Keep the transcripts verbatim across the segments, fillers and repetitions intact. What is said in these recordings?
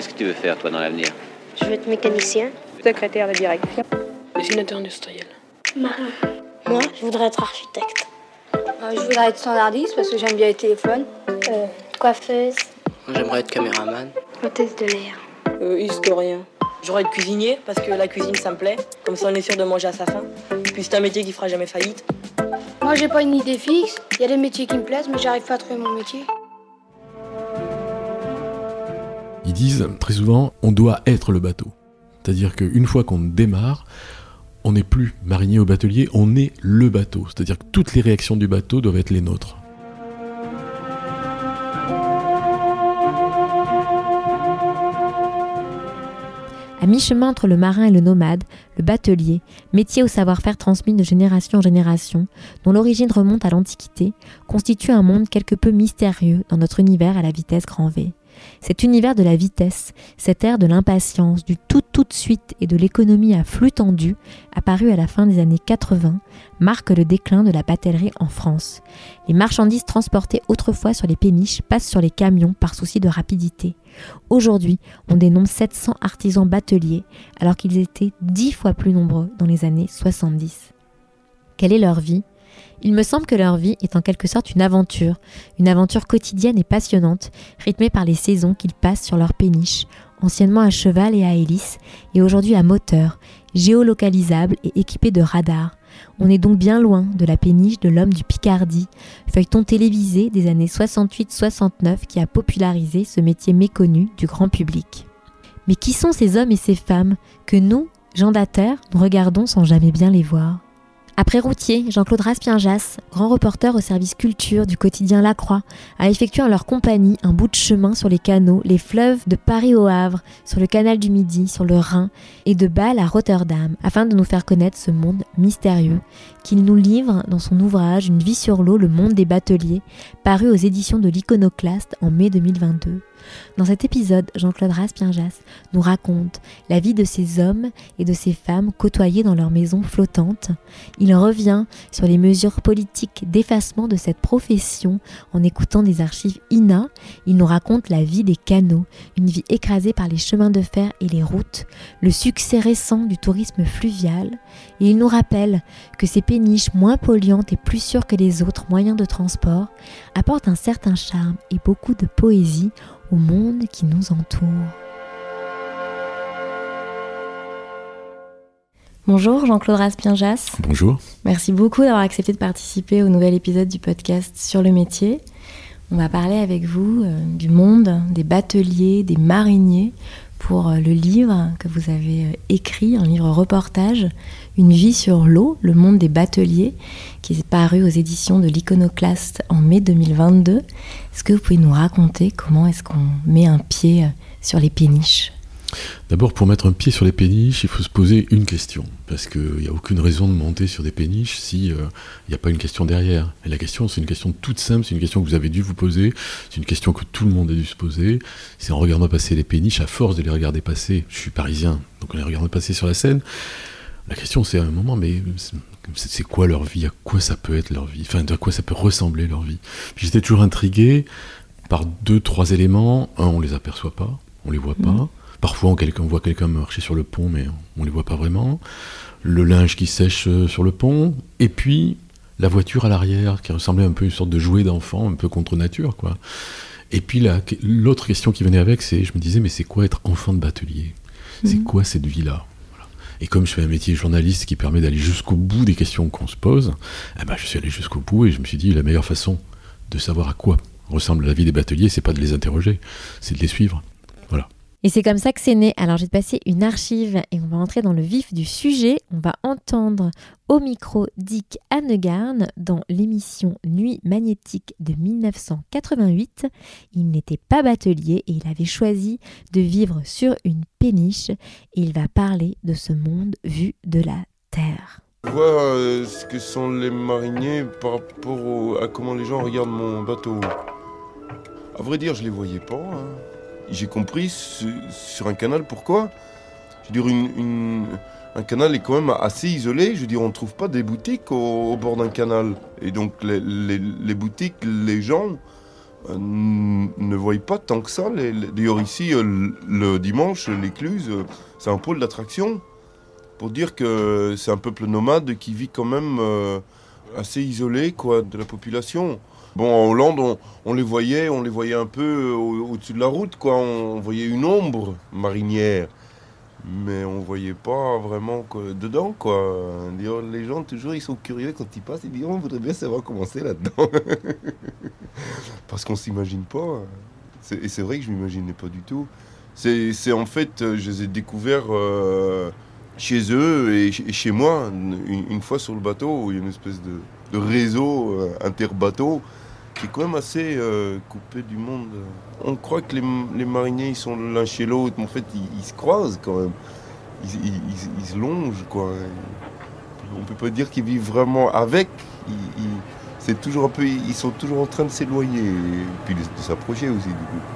Qu'est-ce que tu veux faire, toi, dans l'avenir? Je veux être mécanicien. Secrétaire de direction. Dessinateur industriel. Marin. Moi, je voudrais être architecte. Euh, je voudrais être standardiste parce que j'aime bien les téléphones. Euh, coiffeuse. Moi, j'aimerais être caméraman. Hôtesse de l'air. Euh, historien. J'aurais être cuisinier parce que la cuisine ça me plaît. Comme ça on est sûr de manger à sa faim. Puis c'est un métier qui fera jamais faillite. Moi j'ai pas une idée fixe. Il y a des métiers qui me plaisent mais j'arrive pas à trouver mon métier. Ils disent très souvent on doit être le bateau. C'est-à-dire qu'une fois qu'on démarre, on n'est plus marinier au batelier, on est le bateau. C'est-à-dire que toutes les réactions du bateau doivent être les nôtres. À mi-chemin entre le marin et le nomade, le batelier, métier au savoir-faire transmis de génération en génération, dont l'origine remonte à l'Antiquité, constitue un monde quelque peu mystérieux dans notre univers à la vitesse grand V. Cet univers de la vitesse, cette ère de l'impatience, du tout tout de suite et de l'économie à flux tendu, apparu à la fin des années quatre-vingts, marque le déclin de la batellerie en France. Les marchandises transportées autrefois sur les péniches passent sur les camions par souci de rapidité. Aujourd'hui, on dénombre sept cents artisans bateliers, alors qu'ils étaient dix fois plus nombreux dans les années soixante-dix. Quelle est leur vie ? Il me semble que leur vie est en quelque sorte une aventure, une aventure quotidienne et passionnante, rythmée par les saisons qu'ils passent sur leur péniche, anciennement à cheval et à hélice, et aujourd'hui à moteur, géolocalisable et équipé de radars. On est donc bien loin de la péniche de l'homme du Picardie, feuilleton télévisé des années soixante-huit soixante-neuf qui a popularisé ce métier méconnu du grand public. Mais qui sont ces hommes et ces femmes que nous, gens d'Ater, nous regardons sans jamais bien les voir ? Après Routier, Jean-Claude Raspienjas, grand reporter au service culture du quotidien La Croix, a effectué en leur compagnie un bout de chemin sur les canaux, les fleuves de Paris au Havre, sur le canal du Midi, sur le Rhin et de Bâle à Rotterdam, afin de nous faire connaître ce monde mystérieux qu'il nous livre dans son ouvrage Une vie sur l'eau, le monde des bateliers, paru aux éditions de l'Iconoclaste en mai deux mille vingt-deux. Dans cet épisode, Jean-Claude Raspienjas nous raconte la vie de ces hommes et de ces femmes côtoyés dans leur maison flottante. Il revient sur les mesures politiques d'effacement de cette profession en écoutant des archives I N A. Il nous raconte la vie des canaux, une vie écrasée par les chemins de fer et les routes, le succès récent du tourisme fluvial. Et il nous rappelle que ces péniches moins polluantes et plus sûres que les autres moyens de transport apportent un certain charme et beaucoup de poésie au monde qui nous entoure. Bonjour Jean-Claude Raspienjas. Bonjour. Merci beaucoup d'avoir accepté de participer au nouvel épisode du podcast Sur le métier. On va parler avec vous euh, du monde des bateliers, des mariniers, pour euh, le livre que vous avez euh, écrit, un livre reportage, Une vie sur l'eau, le monde des bateliers, qui est paru aux éditions de l'Iconoclaste en mai deux mille vingt-deux. Est-ce que vous pouvez nous raconter comment est-ce qu'on met un pied euh, sur les péniches ? D'abord, pour mettre un pied sur les péniches, il faut se poser une question. Parce qu'il n'y a aucune raison de monter sur des péniches s'il euh, n'y a pas une question derrière. Et la question, c'est une question toute simple, c'est une question que vous avez dû vous poser, c'est une question que tout le monde a dû se poser. C'est en regardant passer les péniches, à force de les regarder passer, je suis parisien, donc on les regarde passer sur la Seine. La question, c'est à un moment, mais c'est, c'est quoi leur vie ? À quoi ça peut être leur vie ? Enfin, à quoi ça peut ressembler leur vie ? Puis j'étais toujours intrigué par deux, trois éléments. Un, on les aperçoit pas, on les voit pas. Mmh. Parfois, on, quelqu'un, on voit quelqu'un marcher sur le pont, mais on ne les voit pas vraiment. Le linge qui sèche sur le pont. Et puis, la voiture à l'arrière, qui ressemblait un peu à une sorte de jouet d'enfant, un peu contre nature, quoi. Et puis, la, l'autre question qui venait avec, c'est, je me disais, mais c'est quoi être enfant de batelier ? Mmh. C'est quoi cette vie-là ? Voilà. Et comme je fais un métier de journaliste qui permet d'aller jusqu'au bout des questions qu'on se pose, eh ben, je suis allé jusqu'au bout et je me suis dit, la meilleure façon de savoir à quoi ressemble la vie des bateliers, c'est pas de les interroger, c'est de les suivre. Voilà. Et c'est comme ça que c'est né. Alors, je vais te passer une archive et on va entrer dans le vif du sujet. On va entendre au micro Dick Annegarn dans l'émission Nuit magnétique de dix-neuf cent quatre-vingt-huit. Il n'était pas batelier et il avait choisi de vivre sur une péniche et il va parler de ce monde vu de la Terre. Voir euh, ce que sont les mariniers par rapport au, à comment les gens regardent mon bateau. À vrai dire, je les voyais pas, hein. J'ai compris sur un canal pourquoi. Je veux dire, une, une, un canal est quand même assez isolé. Je veux dire, on ne trouve pas des boutiques au, au bord d'un canal. Et donc, les, les, les boutiques, les gens euh, ne voient pas tant que ça. Les, les... D'ailleurs ici, euh, le dimanche, l'écluse, euh, c'est un pôle d'attraction. Pour dire que c'est un peuple nomade qui vit quand même euh, assez isolé quoi, de la population. Bon, en Hollande, on, on les voyait, on les voyait un peu au, au-dessus de la route, quoi. On, on voyait une ombre marinière, mais on voyait pas vraiment quoi, dedans, quoi. D'ailleurs, les gens toujours, ils sont curieux quand ils passent, ils disent, on voudrait bien savoir comment c'est là-dedans, parce qu'on s'imagine pas. C'est, et c'est vrai que je m'imaginais pas du tout. C'est, c'est en fait, je les ai découverts euh, chez eux et, et chez moi une, une fois sur le bateau où il y a une espèce de, de réseau euh, inter-bateau qui est quand même assez euh, coupé du monde. On croit que les, les mariniers ils sont l'un chez l'autre, mais en fait ils, ils se croisent quand même. Ils, ils, ils, ils se longent quoi. On peut pas dire qu'ils vivent vraiment avec. Ils, ils, c'est toujours un peu, ils sont toujours en train de s'éloigner et puis de, de s'approcher aussi du coup.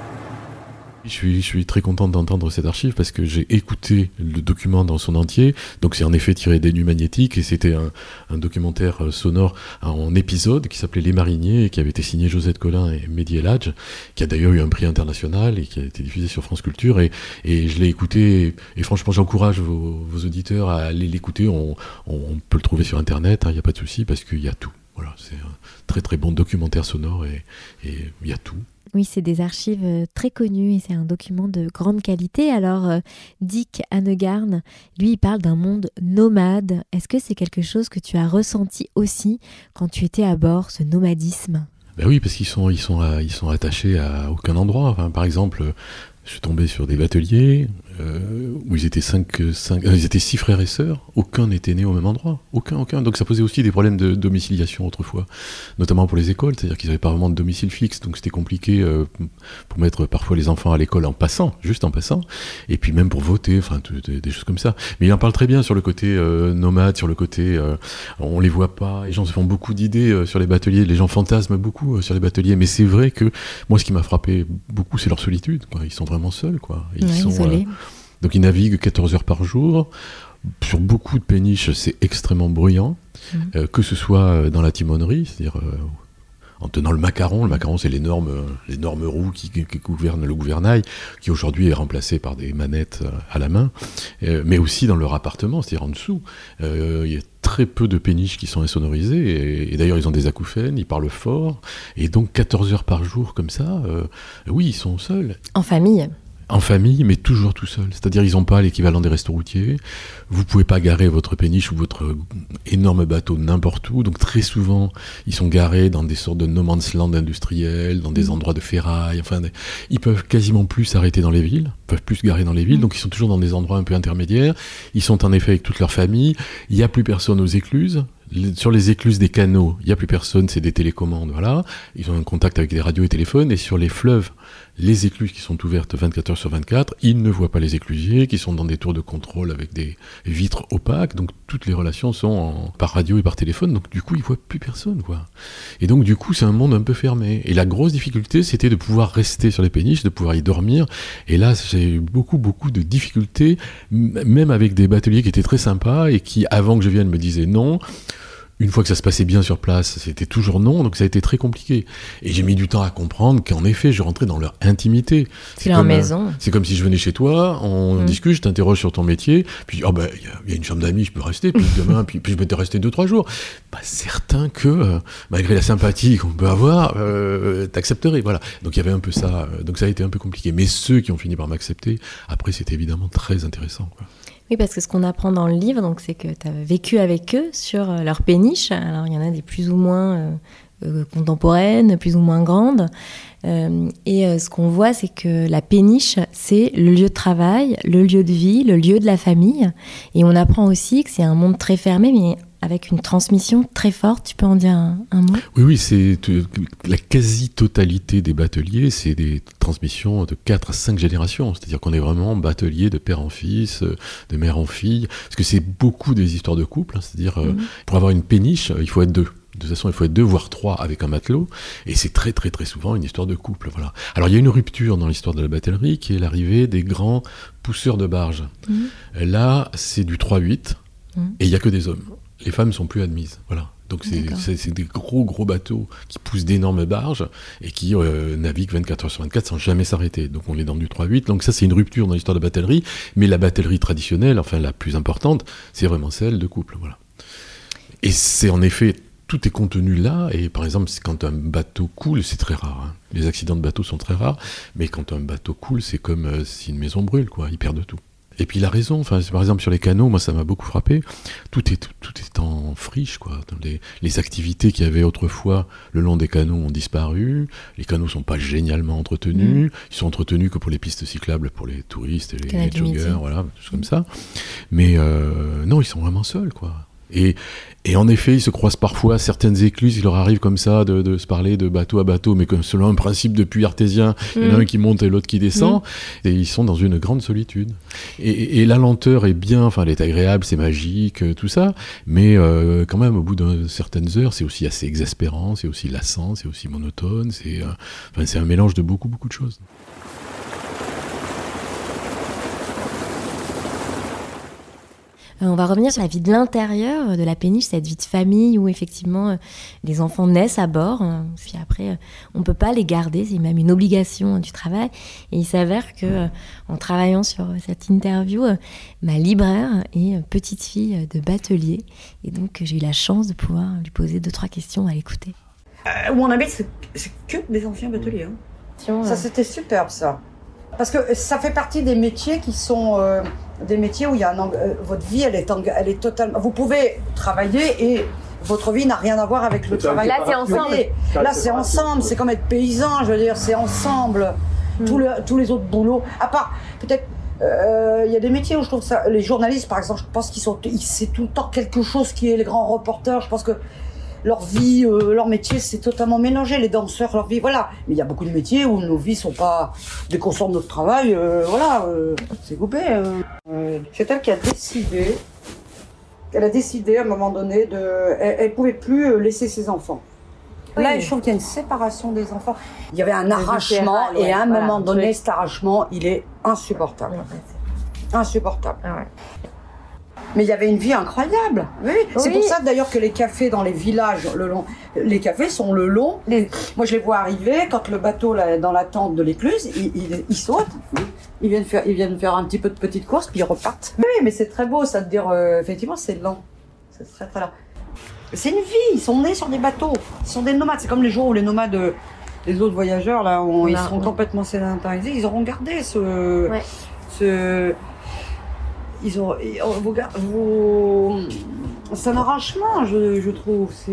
Je suis, je suis très content d'entendre cette archive parce que j'ai écouté le document dans son entier. Donc c'est en effet tiré des Nuits magnétiques et c'était un, un documentaire sonore en épisode qui s'appelait Les Mariniers et qui avait été signé Josette Collin et Mehdi El Hadj, qui a d'ailleurs eu un prix international et qui a été diffusé sur France Culture. Et, et je l'ai écouté et, et franchement j'encourage vos, vos auditeurs à aller l'écouter. On, on peut le trouver sur Internet, il hein, n'y a pas de souci parce qu'il y a tout. Voilà, c'est un très très bon documentaire sonore et il y a tout. Oui, c'est des archives très connues et c'est un document de grande qualité. Alors, euh, Dick Annegarn, lui, il parle d'un monde nomade. Est-ce que c'est quelque chose que tu as ressenti aussi quand tu étais à bord, ce nomadisme ? Ben oui, parce qu'ils sont, ils sont, à, ils sont attachés à aucun endroit. Enfin, par exemple, je suis tombé sur des bateliers euh, où ils étaient cinq, cinq, euh, ils étaient six frères et sœurs. Aucun n'était né au même endroit. Aucun, aucun. Donc ça posait aussi des problèmes de domiciliation autrefois, notamment pour les écoles. C'est-à-dire qu'ils n'avaient pas vraiment de domicile fixe, donc c'était compliqué euh, pour mettre parfois les enfants à l'école en passant, juste en passant, et puis même pour voter, enfin des, des choses comme ça. Mais il en parle très bien sur le côté euh, nomade, sur le côté euh, on les voit pas. Les gens se font beaucoup d'idées euh, sur les bateliers. Les gens fantasment beaucoup euh, sur les bateliers. Mais c'est vrai que moi, ce qui m'a frappé beaucoup, c'est leur solitude. Quoi. Ils sont vraiment seuls, quoi. Ils ouais, sont, isolés. Euh, donc ils naviguent quatorze heures par jour. Sur beaucoup de péniches, c'est extrêmement bruyant, mmh. euh, que ce soit dans la timonerie, c'est-à-dire euh, en tenant le macaron. Le macaron, c'est l'énorme, l'énorme roue qui, qui, qui gouverne le gouvernail, qui aujourd'hui est remplacé par des manettes à la main, euh, mais aussi dans leur appartement, c'est-à-dire en dessous. Euh, il y a très peu de péniches qui sont insonorisées, et, et d'ailleurs ils ont des acouphènes, ils parlent fort, et donc quatorze heures par jour comme ça, euh, oui, ils sont seuls. En famille ? En famille, mais toujours tout seul. C'est-à-dire, ils n'ont pas l'équivalent des restos routiers. Vous pouvez pas garer votre péniche ou votre énorme bateau n'importe où. Donc, très souvent, ils sont garés dans des sortes de no man's land industriels, dans des endroits de ferraille. Enfin, ils peuvent quasiment plus s'arrêter dans les villes, peuvent plus se garer dans les villes. Donc, ils sont toujours dans des endroits un peu intermédiaires. Ils sont en effet avec toute leur famille. Il n'y a plus personne aux écluses. Sur les écluses des canaux, il n'y a plus personne, c'est des télécommandes, voilà. Ils ont un contact avec des radios et téléphones. Et sur les fleuves, les écluses qui sont ouvertes vingt-quatre heures sur vingt-quatre, ils ne voient pas les éclusiers, qui sont dans des tours de contrôle avec des vitres opaques. Donc toutes les relations sont en, par radio et par téléphone. Donc du coup, ils ne voient plus personne, quoi. Et donc du coup, c'est un monde un peu fermé. Et la grosse difficulté, c'était de pouvoir rester sur les péniches, de pouvoir y dormir. Et là, j'ai eu beaucoup, beaucoup de difficultés, même avec des bateliers qui étaient très sympas et qui, avant que je vienne, me disaient non. Une fois que ça se passait bien sur place, c'était toujours non, donc ça a été très compliqué. Et j'ai mis du temps à comprendre qu'en effet, je rentrais dans leur intimité. C'est, c'est leur maison. Euh, c'est comme si je venais chez toi, on mmh. discute, je t'interroge sur ton métier, puis oh ben, il y, y a une chambre d'amis, je peux rester, puis demain, puis, puis je peux rester deux, trois jours. Pas certain que, euh, malgré la sympathie qu'on peut avoir, euh, t'accepterais, voilà. Donc il y avait un peu ça, euh, donc ça a été un peu compliqué. Mais ceux qui ont fini par m'accepter, après, c'était évidemment très intéressant, quoi. Oui, parce que ce qu'on apprend dans le livre, donc, c'est que tu as vécu avec eux sur euh, leur péniche. Alors, il y en a des plus ou moins euh, euh, contemporaines, plus ou moins grandes. Euh, et euh, ce qu'on voit, c'est que la péniche, c'est le lieu de travail, le lieu de vie, le lieu de la famille. Et on apprend aussi que c'est un monde très fermé, mais avec une transmission très forte. Tu peux en dire un, un mot ? Oui, oui, c'est euh, la quasi-totalité des bateliers, c'est des transmissions de quatre à cinq générations. C'est-à-dire qu'on est vraiment batelier de père en fils, de mère en fille, parce que c'est beaucoup des histoires de couple. Hein, c'est-à-dire, mmh. euh, pour avoir une péniche, il faut être deux. De toute façon, il faut être deux, voire trois avec un matelot, et c'est très, très, très souvent une histoire de couple. Voilà. Alors, il y a une rupture dans l'histoire de la batellerie, qui est l'arrivée des grands pousseurs de barges. Mmh. Là, c'est du trois huit, mmh. et il n'y a que des hommes. Les femmes sont plus admises, voilà. Donc c'est, c'est, c'est des gros gros bateaux qui poussent d'énormes barges et qui euh, naviguent vingt-quatre heures sur vingt-quatre sans jamais s'arrêter. Donc on est dans du trois huit. Donc ça c'est une rupture dans l'histoire de la batellerie. Mais la batellerie traditionnelle, enfin la plus importante, c'est vraiment celle de couple. Voilà. Et c'est en effet, tout est contenu là. Et par exemple, quand un bateau coule, c'est très rare. Hein. Les accidents de bateau sont très rares. Mais quand un bateau coule, c'est comme euh, si une maison brûle, quoi. Ils perdent tout. Et puis il a raison, enfin, par exemple sur les canaux, moi ça m'a beaucoup frappé, tout est, tout, tout est en friche, quoi. Les, les activités qu'il y avait autrefois le long des canaux ont disparu, les canaux ne sont pas génialement entretenus, mmh. ils sont entretenus que pour les pistes cyclables, pour les touristes et les, les joggers, voilà, tout mmh. comme ça. Mais euh, non, ils sont vraiment seuls, quoi. Et, et en effet, ils se croisent parfois à certaines écluses, il leur arrive comme ça de, de se parler de bateau à bateau, mais comme selon un principe de puits artésien, mmh. il y en a un qui monte et l'autre qui descend, mmh. et ils sont dans une grande solitude. Et, et la lenteur est bien, enfin elle est agréable, c'est magique, tout ça, mais euh, quand même au bout de certaines heures, c'est aussi assez exaspérant, c'est aussi lassant, c'est aussi monotone, c'est, euh, enfin, c'est un mélange de beaucoup, beaucoup de choses. On va revenir sur la vie de l'intérieur de la péniche, cette vie de famille où effectivement euh, les enfants naissent à bord, hein, puis après euh, on ne peut pas les garder, c'est même une obligation hein, du travail. Et il s'avère que euh, en travaillant sur euh, cette interview, euh, ma libraire est euh, petite fille de batelier, et donc euh, j'ai eu la chance de pouvoir lui poser deux trois questions à l'écouter. Euh, où on habite, c'est, c'est que des anciens bateliers. Hein. Ça c'était superbe ça. Parce que ça fait partie des métiers qui sont euh, des métiers où il y a un eng- euh, votre vie, elle est, en- elle est totalement. Vous pouvez travailler et votre vie n'a rien à voir avec le travail. Là, c'est ensemble. Là, c'est ensemble. C'est comme être paysan, je veux dire, c'est ensemble. Mm. Tout le, tous les autres boulots, à part peut-être. Il euh, y a des métiers où je trouve ça. Les journalistes, par exemple, je pense qu'ils sont. Ils, c'est tout le temps quelque chose qui est les grands reporters. Je pense que. Leur vie, euh, leur métier, c'est totalement mélangé. Les danseurs, leur vie, voilà. Mais il y a beaucoup de métiers où nos vies sont pas... Dès qu'on sort de notre travail, euh, voilà, euh, c'est coupé. Euh. Euh, c'est elle qui a décidé... Elle a décidé, à un moment donné, de... Elle, elle pouvait plus laisser ses enfants. Oui. Là, je trouve qu'il y a une séparation des enfants. Il y avait un arrachement, et à un voilà, moment donné, cet arrachement, il est insupportable. Ouais, insupportable. Ah ouais. Mais il y avait une vie incroyable. Oui, oui. C'est pour ça d'ailleurs que les cafés dans les villages, le long, les cafés sont le long. Les... Moi, je les vois arriver quand le bateau là, dans la tente de l'écluse, ils, ils, ils sautent, ils viennent faire, ils viennent faire un petit peu de petite course, puis ils repartent. Oui, mais c'est très beau, ça te dire euh, effectivement, c'est lent, c'est très très lent. C'est une vie. Ils sont nés sur des bateaux. Ils sont des nomades. C'est comme les jours où les nomades, euh, les autres voyageurs là, où ils seront ouais. complètement sédentarisés. Ils auront gardé ce, ouais. ce Ils ont, vous, vous, c'est un arrangement, je, je trouve. C'est...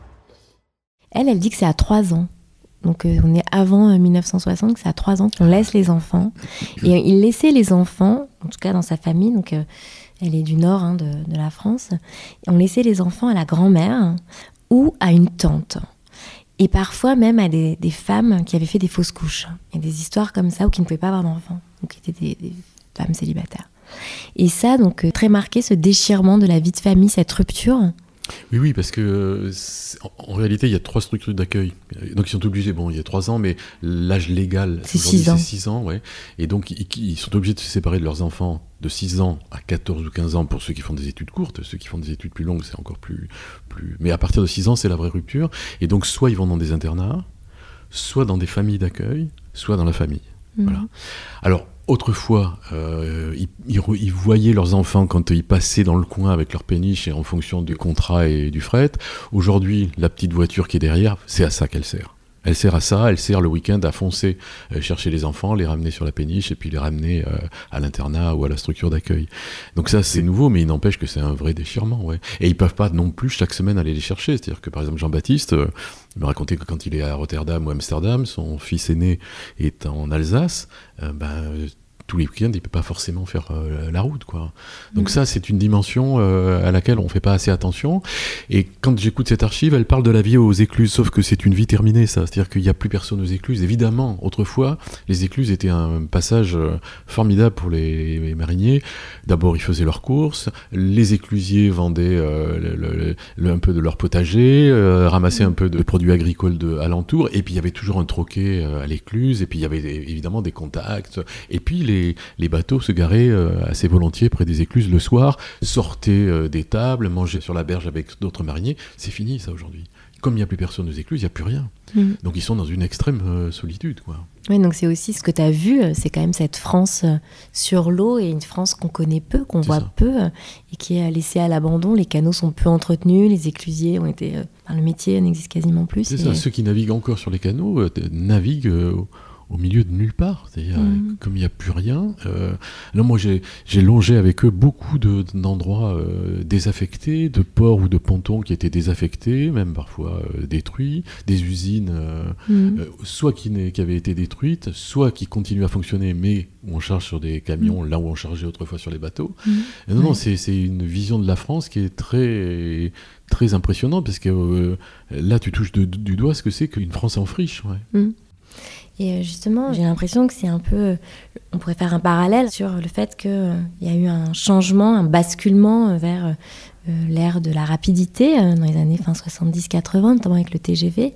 Elle, elle dit que c'est à trois ans. Donc euh, on est avant euh, dix-neuf cent soixante, que c'est à trois ans qu'on laisse les enfants. Et euh, il laissait les enfants, en tout cas dans sa famille, donc euh, elle est du nord hein, de, de la France, et on laissait les enfants à la grand-mère ou à une tante. Et parfois même à des, des femmes qui avaient fait des fausses couches. Et des histoires comme ça, ou qui ne pouvaient pas avoir d'enfants, donc qui étaient des, des femmes célibataires. Et ça, donc, euh, très marqué, ce déchirement de la vie de famille, cette rupture. Oui, oui, parce que en, en réalité, il y a trois structures d'accueil. Donc, ils sont obligés, bon, il y a trois ans, mais l'âge légal, c'est six ans. C'est six ans, ouais. Et donc, ils, ils sont obligés de se séparer de leurs enfants de six ans à quatorze ou quinze ans pour ceux qui font des études courtes. Ceux qui font des études plus longues, c'est encore plus, plus... Mais à partir de six ans, c'est la vraie rupture. Et donc, soit ils vont dans des internats, soit dans des familles d'accueil, soit dans la famille. Mmh. Voilà. Alors, autrefois, euh, ils, ils, ils voyaient leurs enfants quand ils passaient dans le coin avec leur péniche et en fonction du contrat et du fret. Aujourd'hui, la petite voiture qui est derrière, c'est à ça qu'elle sert. Elle sert à ça, elle sert le week-end à foncer, euh, chercher les enfants, les ramener sur la péniche et puis les ramener euh, à l'internat ou à la structure d'accueil. Donc ça, c'est nouveau, mais il n'empêche que c'est un vrai déchirement. Ouais. Et ils peuvent pas non plus chaque semaine aller les chercher. C'est-à-dire que par exemple Jean-Baptiste euh, me racontait que quand il est à Rotterdam ou Amsterdam, son fils aîné est en Alsace, euh, ben, tous les week-ends, il ne peut pas forcément faire euh, la route, quoi. Donc mmh. ça, c'est une dimension euh, à laquelle on ne fait pas assez attention. Et quand j'écoute cette archive, elle parle de la vie aux écluses, sauf que c'est une vie terminée, ça. C'est-à-dire qu'il n'y a plus personne aux écluses. Évidemment, autrefois, les écluses étaient un passage euh, formidable pour les, les mariniers. D'abord, ils faisaient leurs courses. Les éclusiers vendaient euh, le, le, le, un peu de leur potager, euh, ramassaient mmh. un peu de produits agricoles de, alentour. Et puis, il y avait toujours un troquet euh, à l'écluse. Et puis, il y avait des, évidemment des contacts. Et puis, les les, les bateaux se garaient euh, assez volontiers près des écluses le soir, sortaient euh, des tables, mangeaient sur la berge avec d'autres mariniers. C'est fini ça aujourd'hui. Comme il n'y a plus personne aux écluses, il n'y a plus rien. Mmh. Donc ils sont dans une extrême euh, solitude, quoi. Oui, donc c'est aussi ce que tu as vu, c'est quand même cette France euh, sur l'eau et une France qu'on connaît peu, qu'on c'est voit ça. peu euh, et qui est laissée à l'abandon. Les canaux sont peu entretenus, les éclusiers ont été... Euh, enfin, le métier n'existe quasiment plus. C'est et... ça, ceux qui naviguent encore sur les canaux euh, naviguent... Euh, au milieu de nulle part, c'est-à-dire mmh. comme il n'y a plus rien. Euh, là, moi, j'ai, j'ai longé avec eux beaucoup de, d'endroits euh, désaffectés, de ports ou de pontons qui étaient désaffectés, même parfois euh, détruits, des usines, euh, mmh. euh, soit qui, qui avaient été détruites, soit qui continuent à fonctionner, mais où on charge sur des camions, mmh. là où on chargeait autrefois sur les bateaux. Mmh. Et non, ouais. non, c'est, c'est une vision de la France qui est très, très impressionnante, parce que euh, là, tu touches de, de, du doigt ce que c'est qu'une France en friche. Ouais. Mmh. Et justement, j'ai l'impression que c'est un peu... On pourrait faire un parallèle sur le fait qu'il euh, y a eu un changement, un basculement vers euh, l'ère de la rapidité euh, dans les années fin soixante-dix quatre-vingts, notamment avec le T G V,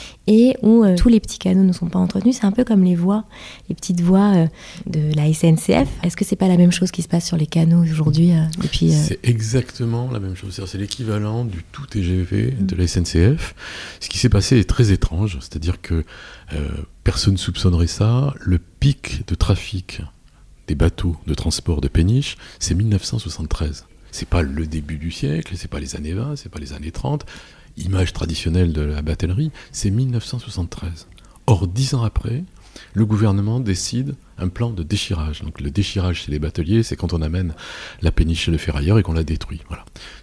et où euh, tous les petits canaux ne sont pas entretenus. C'est un peu comme les voies, les petites voies euh, de la S N C F. Est-ce que c'est pas la même chose qui se passe sur les canaux aujourd'hui euh, depuis, euh... C'est exactement la même chose. C'est-à-dire, c'est l'équivalent du tout T G V mmh. de la S N C F. Ce qui s'est passé est très étrange. C'est-à-dire que euh, personne ne soupçonnerait ça. Le pic de trafic des bateaux de transport de péniche, c'est dix-neuf cent soixante-treize. C'est pas le début du siècle, c'est pas les années vingt, c'est pas les années trente. Image traditionnelle de la batellerie, c'est dix-neuf cent soixante-treize. Or, dix ans après, le gouvernement décide un plan de déchirage. Donc le déchirage chez les bateliers, c'est quand on amène la péniche chez le ferrailleur et qu'on la détruit. Voilà.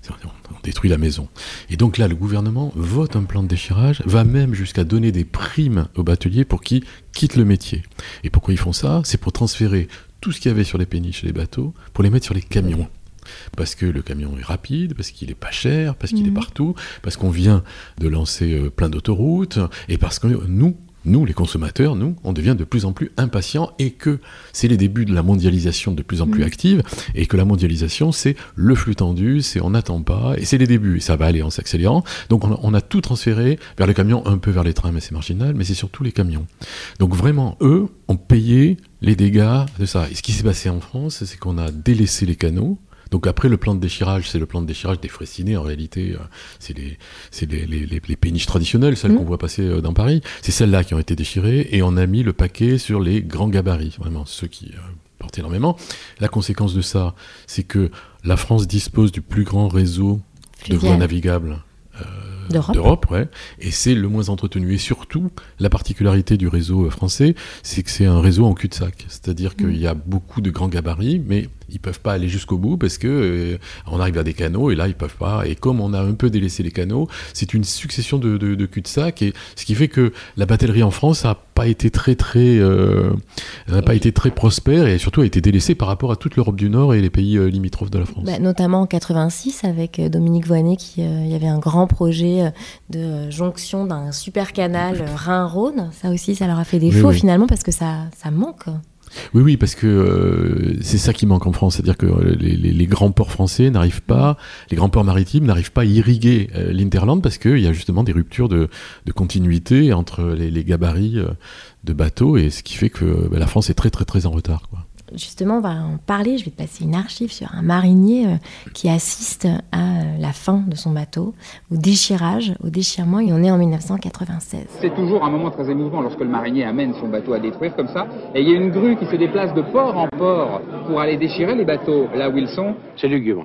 On détruit la maison. Et donc là, le gouvernement vote un plan de déchirage, va même jusqu'à donner des primes aux bateliers pour qu'ils quittent le métier. Et pourquoi ils font ça ? C'est pour transférer tout ce qu'il y avait sur les péniches et les bateaux, pour les mettre sur les camions. Parce que le camion est rapide, parce qu'il est pas cher, parce qu'il mmh. est partout, parce qu'on vient de lancer euh, plein d'autoroutes, et parce que nous, nous, les consommateurs, nous, on devient de plus en plus impatients, et que c'est les débuts de la mondialisation de plus en plus mmh. active, et que la mondialisation, c'est le flux tendu, c'est on n'attend pas, et c'est les débuts, et ça va aller en s'accélérant. Donc on a, on a tout transféré vers les camions, un peu vers les trains, mais c'est marginal, mais c'est surtout les camions. Donc vraiment, eux ont payé les dégâts de ça. Et ce qui s'est passé en France, c'est qu'on a délaissé les canaux. Donc après le plan de déchirage, c'est le plan de déchirage des Fraissinet, en réalité, euh, c'est, les, c'est les, les, les, les péniches traditionnelles, celles mmh. qu'on voit passer euh, dans Paris, c'est celles-là qui ont été déchirées, et on a mis le paquet sur les grands gabarits, vraiment ceux qui euh, portent énormément. La conséquence de ça, c'est que la France dispose du plus grand réseau Fluvial. de voies navigables euh, D'Europe. d'Europe, ouais, et c'est le moins entretenu. Et surtout, la particularité du réseau français, c'est que c'est un réseau en cul-de-sac, c'est-à-dire mmh. qu'il y a beaucoup de grands gabarits, mais ils peuvent pas aller jusqu'au bout parce que euh, on arrive à des canaux et là ils peuvent pas. Et comme on a un peu délaissé les canaux, c'est une succession de, de, de cul-de-sac, et ce qui fait que la batellerie en France a pas été très très, euh, n'a pas été très prospère, et surtout a été délaissée par rapport à toute l'Europe du Nord et les pays euh, limitrophes de la France. Bah, notamment en quatre-vingt-six avec Dominique Voynet, qui il euh, y avait un grand projet de jonction d'un super canal Rhin-Rhône. Ça aussi, ça leur a fait défaut oui, oui. finalement parce que ça, ça manque. Oui, oui, parce que euh, c'est ça qui manque en France, c'est-à-dire que les, les, les grands ports français n'arrivent pas, les grands ports maritimes n'arrivent pas à irriguer euh, l'Hinterland, parce qu'il y a justement des ruptures de, de continuité entre les, les gabarits euh, de bateaux, et ce qui fait que bah, la France est très très très en retard, quoi. Justement, on va en parler. Je vais te passer une archive sur un marinier euh, qui assiste à euh, la fin de son bateau, au déchirage, au déchirement. Et on est en dix-neuf cent quatre-vingt-seize. C'est toujours un moment très émouvant lorsque le marinier amène son bateau à détruire comme ça. Et il y a une grue qui se déplace de port en port pour aller déchirer les bateaux là où ils sont. C'est lugubre.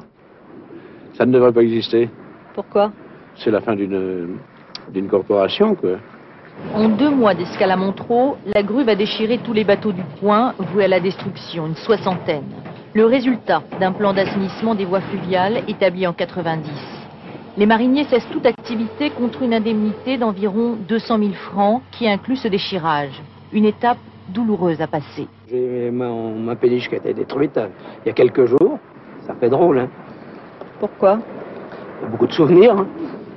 Ça ne devrait pas exister. Pourquoi ? C'est la fin d'une, d'une corporation, quoi. En deux mois d'escale à Montreux, la grue va déchirer tous les bateaux du point, voués à la destruction, une soixantaine. Le résultat d'un plan d'assainissement des voies fluviales établi en quatre-vingt-dix. Les mariniers cessent toute activité contre une indemnité d'environ deux cent mille francs qui inclut ce déchirage. Une étape douloureuse à passer. J'ai ma, ma péniche qui a été détruite il y a quelques jours. Ça fait drôle, hein. Pourquoi ? Il y a beaucoup de souvenirs, hein.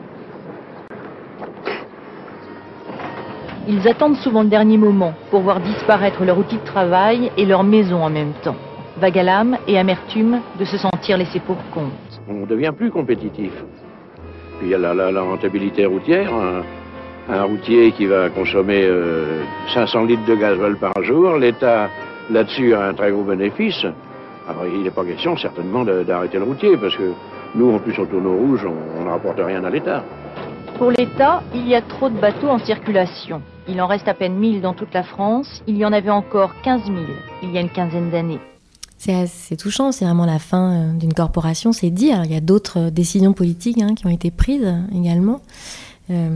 Ils attendent souvent le dernier moment pour voir disparaître leur outil de travail et leur maison en même temps. Vague à l'âme et amertume de se sentir laissé pour compte. On ne devient plus compétitif. Puis il y a la, la, la rentabilité routière. Un, un routier qui va consommer euh, cinq cents litres de gasoil par jour. L'État là-dessus un très gros bénéfice. Alors, il n'est pas question certainement de, d'arrêter le routier, parce que nous, en plus, on tourne au rouge, on, on ne rapporte rien à l'État. Pour l'État, il y a trop de bateaux en circulation. Il en reste à peine mille dans toute la France. Il y en avait encore quinze mille il y a une quinzaine d'années. C'est assez touchant, c'est vraiment la fin d'une corporation, c'est dit. Alors, il y a d'autres décisions politiques hein, qui ont été prises également, euh,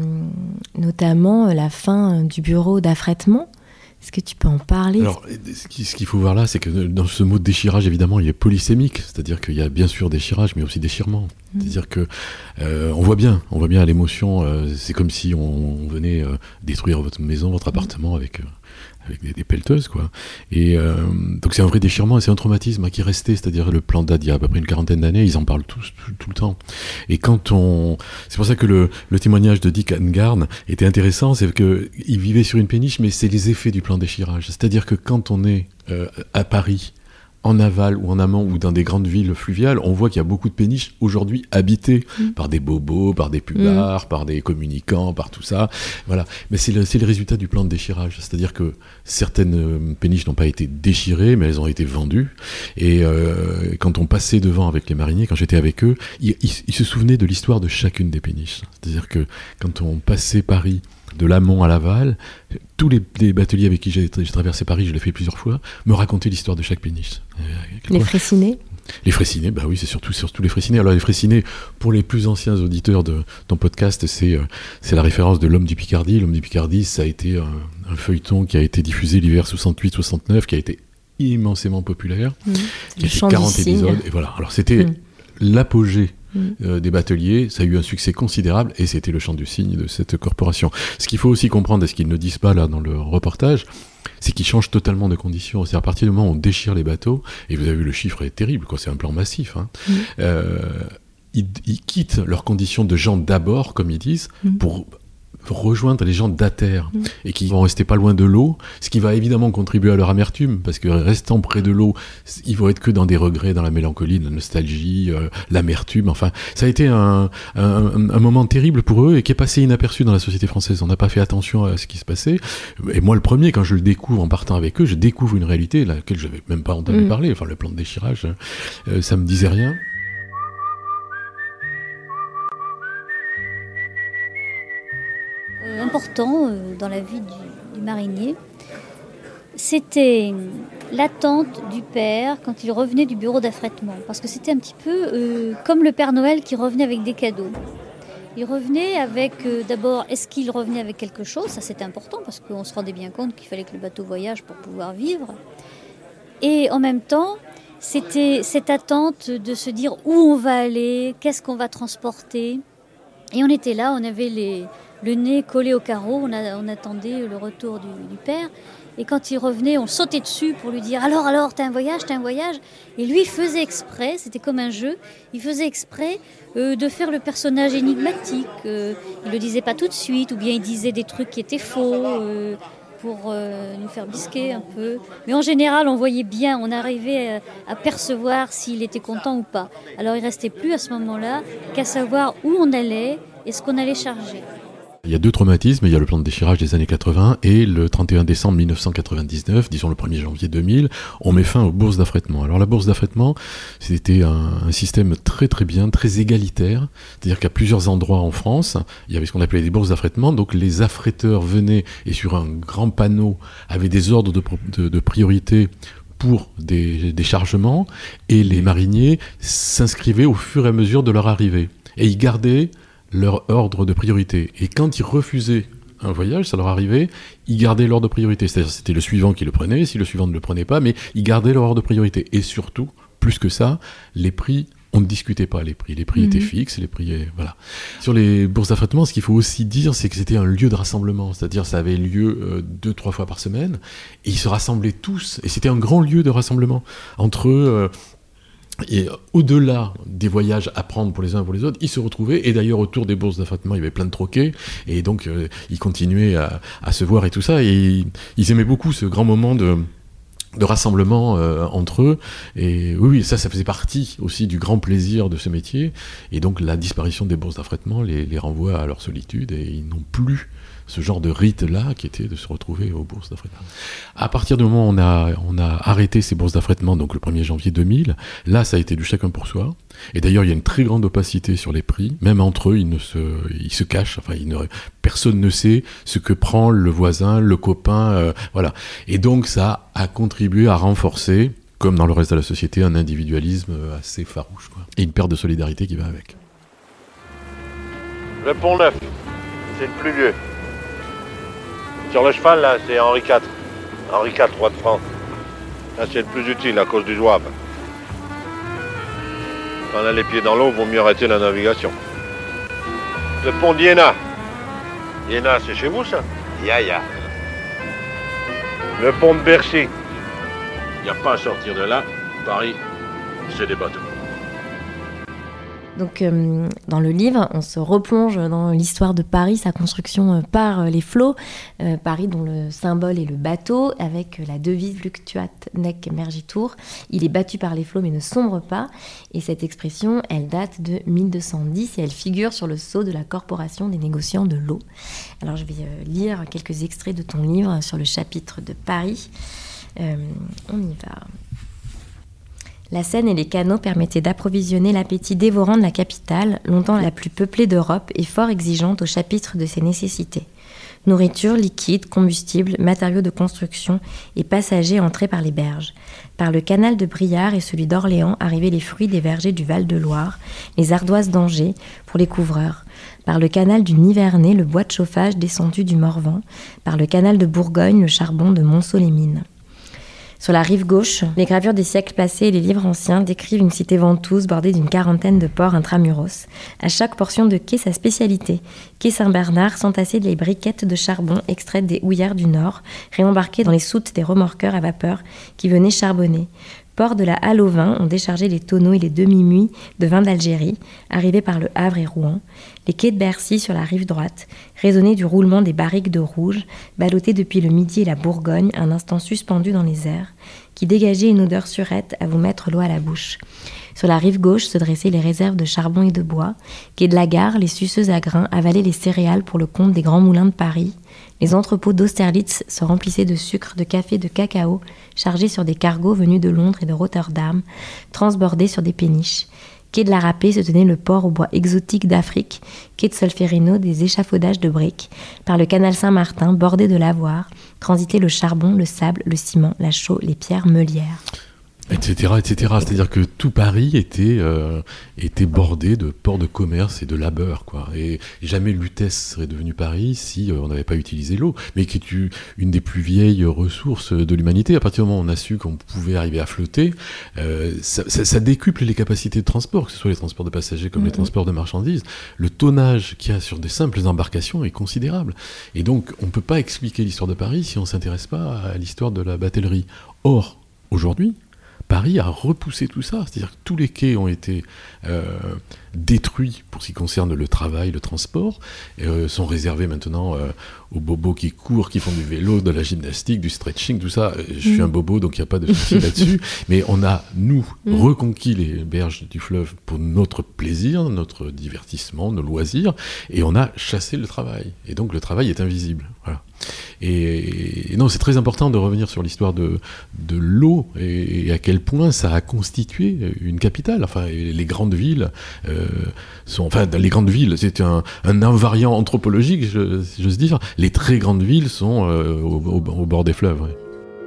notamment la fin du bureau d'affrètement. Est-ce que tu peux en parler ? Alors, ce qu'il faut voir là, c'est que dans ce mot de déchirage, évidemment, il est polysémique, c'est-à-dire qu'il y a bien sûr déchirage, mais aussi déchirement. Mmh. C'est-à-dire que euh, on voit bien, on voit bien à l'émotion. Euh, c'est comme si on, on venait euh, détruire votre maison, votre appartement avec. Euh, avec des, des pelleteuses, quoi. Et euh, donc c'est un vrai déchirement et c'est un traumatisme hein, qui est resté, c'est-à-dire le plan Dade, il y a à peu près une quarantaine d'années, ils en parlent tous, tout, tout le temps. Et quand on... C'est pour ça que le, le témoignage de Dick Angarn était intéressant, c'est qu'il vivait sur une péniche, mais c'est les effets du plan déchirage. C'est-à-dire que quand on est euh, à Paris, en aval ou en amont ou dans des grandes villes fluviales, on voit qu'il y a beaucoup de péniches aujourd'hui habitées mmh. par des bobos, par des pubards, mmh. par des communicants, par tout ça. Voilà. Mais c'est le, c'est le résultat du plan de déchirage. C'est-à-dire que certaines péniches n'ont pas été déchirées, mais elles ont été vendues. Et euh, quand on passait devant avec les mariniers, quand j'étais avec eux, ils, ils, ils se souvenaient de l'histoire de chacune des péniches. C'est-à-dire que quand on passait Paris de l'amont à l'aval, tous les, les bateliers avec qui j'ai, j'ai traversé Paris, je l'ai fait plusieurs fois, me racontaient l'histoire de chaque péniche. Les Fraissinet ? Les Fraissinet, bah oui, c'est surtout, surtout les Fraissinet. Alors les Fraissinet, pour les plus anciens auditeurs de ton podcast, c'est, euh, c'est la référence de L'Homme du Picardie. L'Homme du Picardie, ça a été un, un feuilleton qui a été diffusé l'hiver soixante-huit soixante-neuf, qui a été immensément populaire, mmh, qui a fait quarante épisodes. Et voilà. Alors c'était mmh. l'apogée Mmh. Euh, des bateliers, ça a eu un succès considérable et c'était le chant du cygne de cette corporation. Ce qu'il faut aussi comprendre, et ce qu'ils ne disent pas là dans le reportage, c'est qu'ils changent totalement de conditions. C'est à partir du moment où on déchire les bateaux, et vous avez vu le chiffre est terrible, quoi, c'est un plan massif, hein, mmh. euh, ils, ils quittent leurs conditions de gens d'abord, comme ils disent, mmh. pour rejoindre les gens d'Ater mmh. et qui vont rester pas loin de l'eau, ce qui va évidemment contribuer à leur amertume, parce que restant près de l'eau, ils vont être que dans des regrets, dans la mélancolie, la nostalgie, euh, l'amertume, enfin, ça a été un, un, un moment terrible pour eux et qui est passé inaperçu dans la société française. On n'a pas fait attention à ce qui se passait. Et moi, le premier, quand je le découvre en partant avec eux, je découvre une réalité laquelle je n'avais même pas entendu mmh. parler. Enfin, le plan de déchirage, euh, ça me disait rien. Important euh, dans la vie du, du marinier, c'était l'attente du père quand il revenait du bureau d'affrètement. Parce que c'était un petit peu euh, comme le Père Noël qui revenait avec des cadeaux. Il revenait avec, euh, d'abord, est-ce qu'il revenait avec quelque chose ? Ça c'était important parce qu'on se rendait bien compte qu'il fallait que le bateau voyage pour pouvoir vivre. Et en même temps, c'était cette attente de se dire où on va aller, qu'est-ce qu'on va transporter. Et on était là, on avait les... le nez collé au carreau, on, a, on attendait le retour du, du père. Et quand il revenait, on sautait dessus pour lui dire « Alors, alors, t'as un voyage, t'as un voyage ?» Et lui faisait exprès, c'était comme un jeu, il faisait exprès euh, de faire le personnage énigmatique. Euh, il le disait pas tout de suite, ou bien il disait des trucs qui étaient faux euh, pour euh, nous faire bisquer un peu. Mais en général, on voyait bien, on arrivait à, à percevoir s'il était content ou pas. Alors il restait plus à ce moment-là qu'à savoir où on allait et ce qu'on allait charger. Il y a deux traumatismes, il y a le plan de déchirage des années quatre-vingts et le trente et un décembre mille neuf cent quatre-vingt-dix-neuf, disons le premier janvier deux mille, on met fin aux bourses d'affrètement. Alors la bourse d'affrètement, c'était un, un système très très bien, très égalitaire, c'est-à-dire qu'à plusieurs endroits en France, il y avait ce qu'on appelait des bourses d'affrètement, donc les affrèteurs venaient et sur un grand panneau avaient des ordres de, de, de priorité pour des, des chargements et les mariniers s'inscrivaient au fur et à mesure de leur arrivée. Et ils gardaient leur ordre de priorité. Et quand ils refusaient un voyage, ça leur arrivait, ils gardaient l'ordre de priorité. C'est-à-dire c'était le suivant qui le prenait, si le suivant ne le prenait pas, mais ils gardaient leur ordre de priorité. Et surtout, plus que ça, les prix, on ne discutait pas les prix. Les prix mmh. étaient fixes, les prix... Voilà. Sur les bourses d'affrètement, ce qu'il faut aussi dire, c'est que c'était un lieu de rassemblement. C'est-à-dire ça avait lieu euh, deux, trois fois par semaine, et ils se rassemblaient tous. Et c'était un grand lieu de rassemblement entre... Euh, Et au-delà des voyages à prendre pour les uns et pour les autres, ils se retrouvaient, et d'ailleurs autour des bourses d'affrètement, il y avait plein de troquets, et donc euh, ils continuaient à, à se voir et tout ça, et ils, ils aimaient beaucoup ce grand moment de, de rassemblement euh, entre eux, et oui, oui, ça, ça faisait partie aussi du grand plaisir de ce métier, et donc la disparition des bourses d'affrètement les, les renvoie à leur solitude, et ils n'ont plus ce genre de rite-là qui était de se retrouver aux bourses d'affrètement. À partir du moment où on a, on a arrêté ces bourses d'affrètement, donc le premier janvier deux mille, là ça a été du chacun pour soi. Et d'ailleurs il y a une très grande opacité sur les prix, même entre eux ils, ne se, ils se cachent, enfin ils ne, personne ne sait ce que prend le voisin, le copain, euh, voilà. Et donc ça a contribué à renforcer, comme dans le reste de la société, un individualisme assez farouche, quoi. Et une perte de solidarité qui va avec. Le Pont Neuf, c'est le plus vieux. Sur le cheval, là, c'est Henri quatre. Henri quatre, roi de France. Là, c'est le plus utile à cause du zouave. Quand on a les pieds dans l'eau, il vaut mieux arrêter la navigation. Le pont d'Iéna. Iéna, c'est chez vous, ça? Ya, ya. Le pont de Bercy. Il n'y a pas à sortir de là. Paris, c'est des bateaux. Donc, euh, dans le livre, on se replonge dans l'histoire de Paris, sa construction euh, par euh, les flots. Euh, Paris, dont le symbole est le bateau, avec euh, la devise Fluctuat nec mergitur. Il est battu par les flots, mais ne sombre pas. Et cette expression, elle date de mille deux cent dix et elle figure sur le sceau de la Corporation des négociants de l'eau. Alors, je vais euh, lire quelques extraits de ton livre sur le chapitre de Paris. Euh, on y va. La Seine et les canaux permettaient d'approvisionner l'appétit dévorant de la capitale, longtemps la plus peuplée d'Europe et fort exigeante au chapitre de ses nécessités. Nourriture, liquide, combustible, matériaux de construction et passagers entraient par les berges. Par le canal de Briare et celui d'Orléans arrivaient les fruits des vergers du Val-de-Loire, les ardoises d'Angers pour les couvreurs. Par le canal du Nivernais, le bois de chauffage descendu du Morvan. Par le canal de Bourgogne, le charbon de Montceau-les-Mines. Sur la rive gauche, les gravures des siècles passés et les livres anciens décrivent une cité ventouse bordée d'une quarantaine de ports intramuros. À chaque portion de quai, sa spécialité. Quai Saint-Bernard, s'entassaient les briquettes de charbon extraites des houillards du Nord, réembarquées dans les soutes des remorqueurs à vapeur qui venaient charbonner. Port de la Halle au vin, on déchargeait les tonneaux et les demi-muits de vin d'Algérie, arrivés par le Havre et Rouen. Les quais de Bercy sur la rive droite résonnaient du roulement des barriques de rouge, ballottées depuis le Midi et la Bourgogne, un instant suspendues dans les airs, qui dégageaient une odeur surette à vous mettre l'eau à la bouche. Sur la rive gauche se dressaient les réserves de charbon et de bois. Quai de la Gare, les suceuses à grains avalaient les céréales pour le compte des grands moulins de Paris. Les entrepôts d'Austerlitz se remplissaient de sucre, de café, de cacao, chargés sur des cargos venus de Londres et de Rotterdam, transbordés sur des péniches. Quai de la Râpée se tenait le port aux bois exotiques d'Afrique, quai de Solferino des échafaudages de briques. Par le canal Saint-Martin, bordé de lavoirs, transitaient le charbon, le sable, le ciment, la chaux, les pierres meulières. Etc, et cetera. C'est-à-dire que tout Paris était, euh, était bordé de ports de commerce et de labeur, quoi. Et jamais Lutèce serait devenu Paris si euh, on n'avait pas utilisé l'eau, mais qui est une des plus vieilles ressources de l'humanité. À partir du moment où on a su qu'on pouvait arriver à flotter, euh, ça, ça, ça décuple les capacités de transport, que ce soit les transports de passagers comme mmh. les transports de marchandises. Le tonnage qu'il y a sur des simples embarcations est considérable. Et donc, on ne peut pas expliquer l'histoire de Paris si on ne s'intéresse pas à l'histoire de la batellerie. Or, aujourd'hui, Paris a repoussé tout ça, c'est-à-dire que tous les quais ont été euh, détruits pour ce qui concerne le travail, le transport, euh, sont réservés maintenant euh, aux bobos qui courent, qui font du vélo, de la gymnastique, du stretching, tout ça. Je suis mmh. un bobo, donc il n'y a pas de souci là-dessus. Mais on a, nous, mmh. reconquis les berges du fleuve pour notre plaisir, notre divertissement, nos loisirs, et on a chassé le travail. Et donc le travail est invisible. Voilà. Et, et non, c'est très important de revenir sur l'histoire de, de l'eau et, et à quel point ça a constitué une capitale. Enfin, les grandes villes euh, sont, enfin, les grandes villes, c'est un, un invariant anthropologique, je, si j'ose dire. Les très grandes villes sont euh, au, au, au bord des fleuves. Ouais.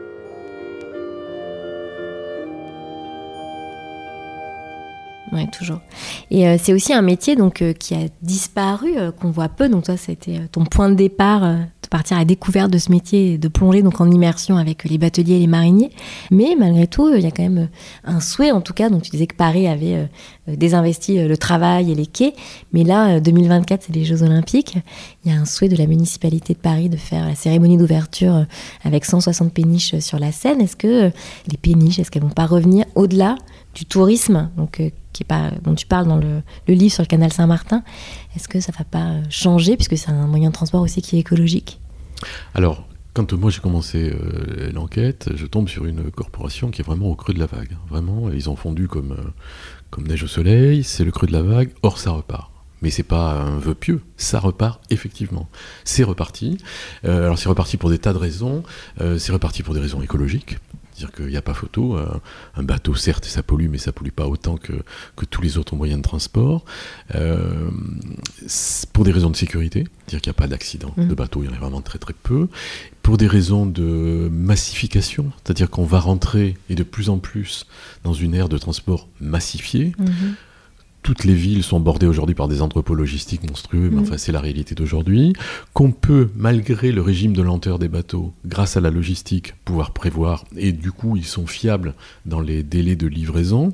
Oui, toujours. Et euh, c'est aussi un métier donc, euh, qui a disparu, euh, qu'on voit peu. Donc toi, c'était euh, ton point de départ, euh, de partir à la découverte de ce métier, et de plonger donc, en immersion avec euh, les bateliers et les mariniers. Mais malgré tout, il euh, y a quand même euh, un souhait, en tout cas. Donc tu disais que Paris avait euh, désinvesti euh, le travail et les quais. Mais là, euh, deux mille vingt-quatre, c'est les Jeux Olympiques. Il y a un souhait de la municipalité de Paris de faire la cérémonie d'ouverture euh, avec cent soixante péniches euh, sur la Seine. Est-ce que euh, les péniches, est-ce qu'elles ne vont pas revenir au-delà du tourisme, donc, euh, qui est pas, dont tu parles dans le, le livre sur le canal Saint-Martin, est-ce que ça ne va pas changer, puisque c'est un moyen de transport aussi qui est écologique ? Alors, quand moi j'ai commencé euh, l'enquête, je tombe sur une corporation qui est vraiment au creux de la vague. Vraiment, ils ont fondu comme, euh, comme neige au soleil, c'est le creux de la vague, or ça repart. mais c'est pas un vœu pieux, ça repart effectivement. C'est reparti. Euh, alors c'est reparti pour des tas de raisons. Euh, c'est reparti pour des raisons écologiques. C'est-à-dire qu'il n'y a pas photo. Euh, un bateau, certes, ça pollue, mais ça pollue pas autant que, que tous les autres moyens de transport. Euh, pour des raisons de sécurité, c'est-à-dire qu'il n'y a pas d'accident mmh. de bateau, il y en a vraiment très très peu. Pour des raisons de massification, c'est-à-dire qu'on va rentrer, et de plus en plus, dans une ère de transport massifié. Mmh. Toutes les villes sont bordées aujourd'hui par des entrepôts logistiques monstrueux, mais mmh. enfin c'est la réalité d'aujourd'hui, qu'on peut, malgré le régime de lenteur des bateaux, grâce à la logistique, pouvoir prévoir, et du coup ils sont fiables dans les délais de livraison.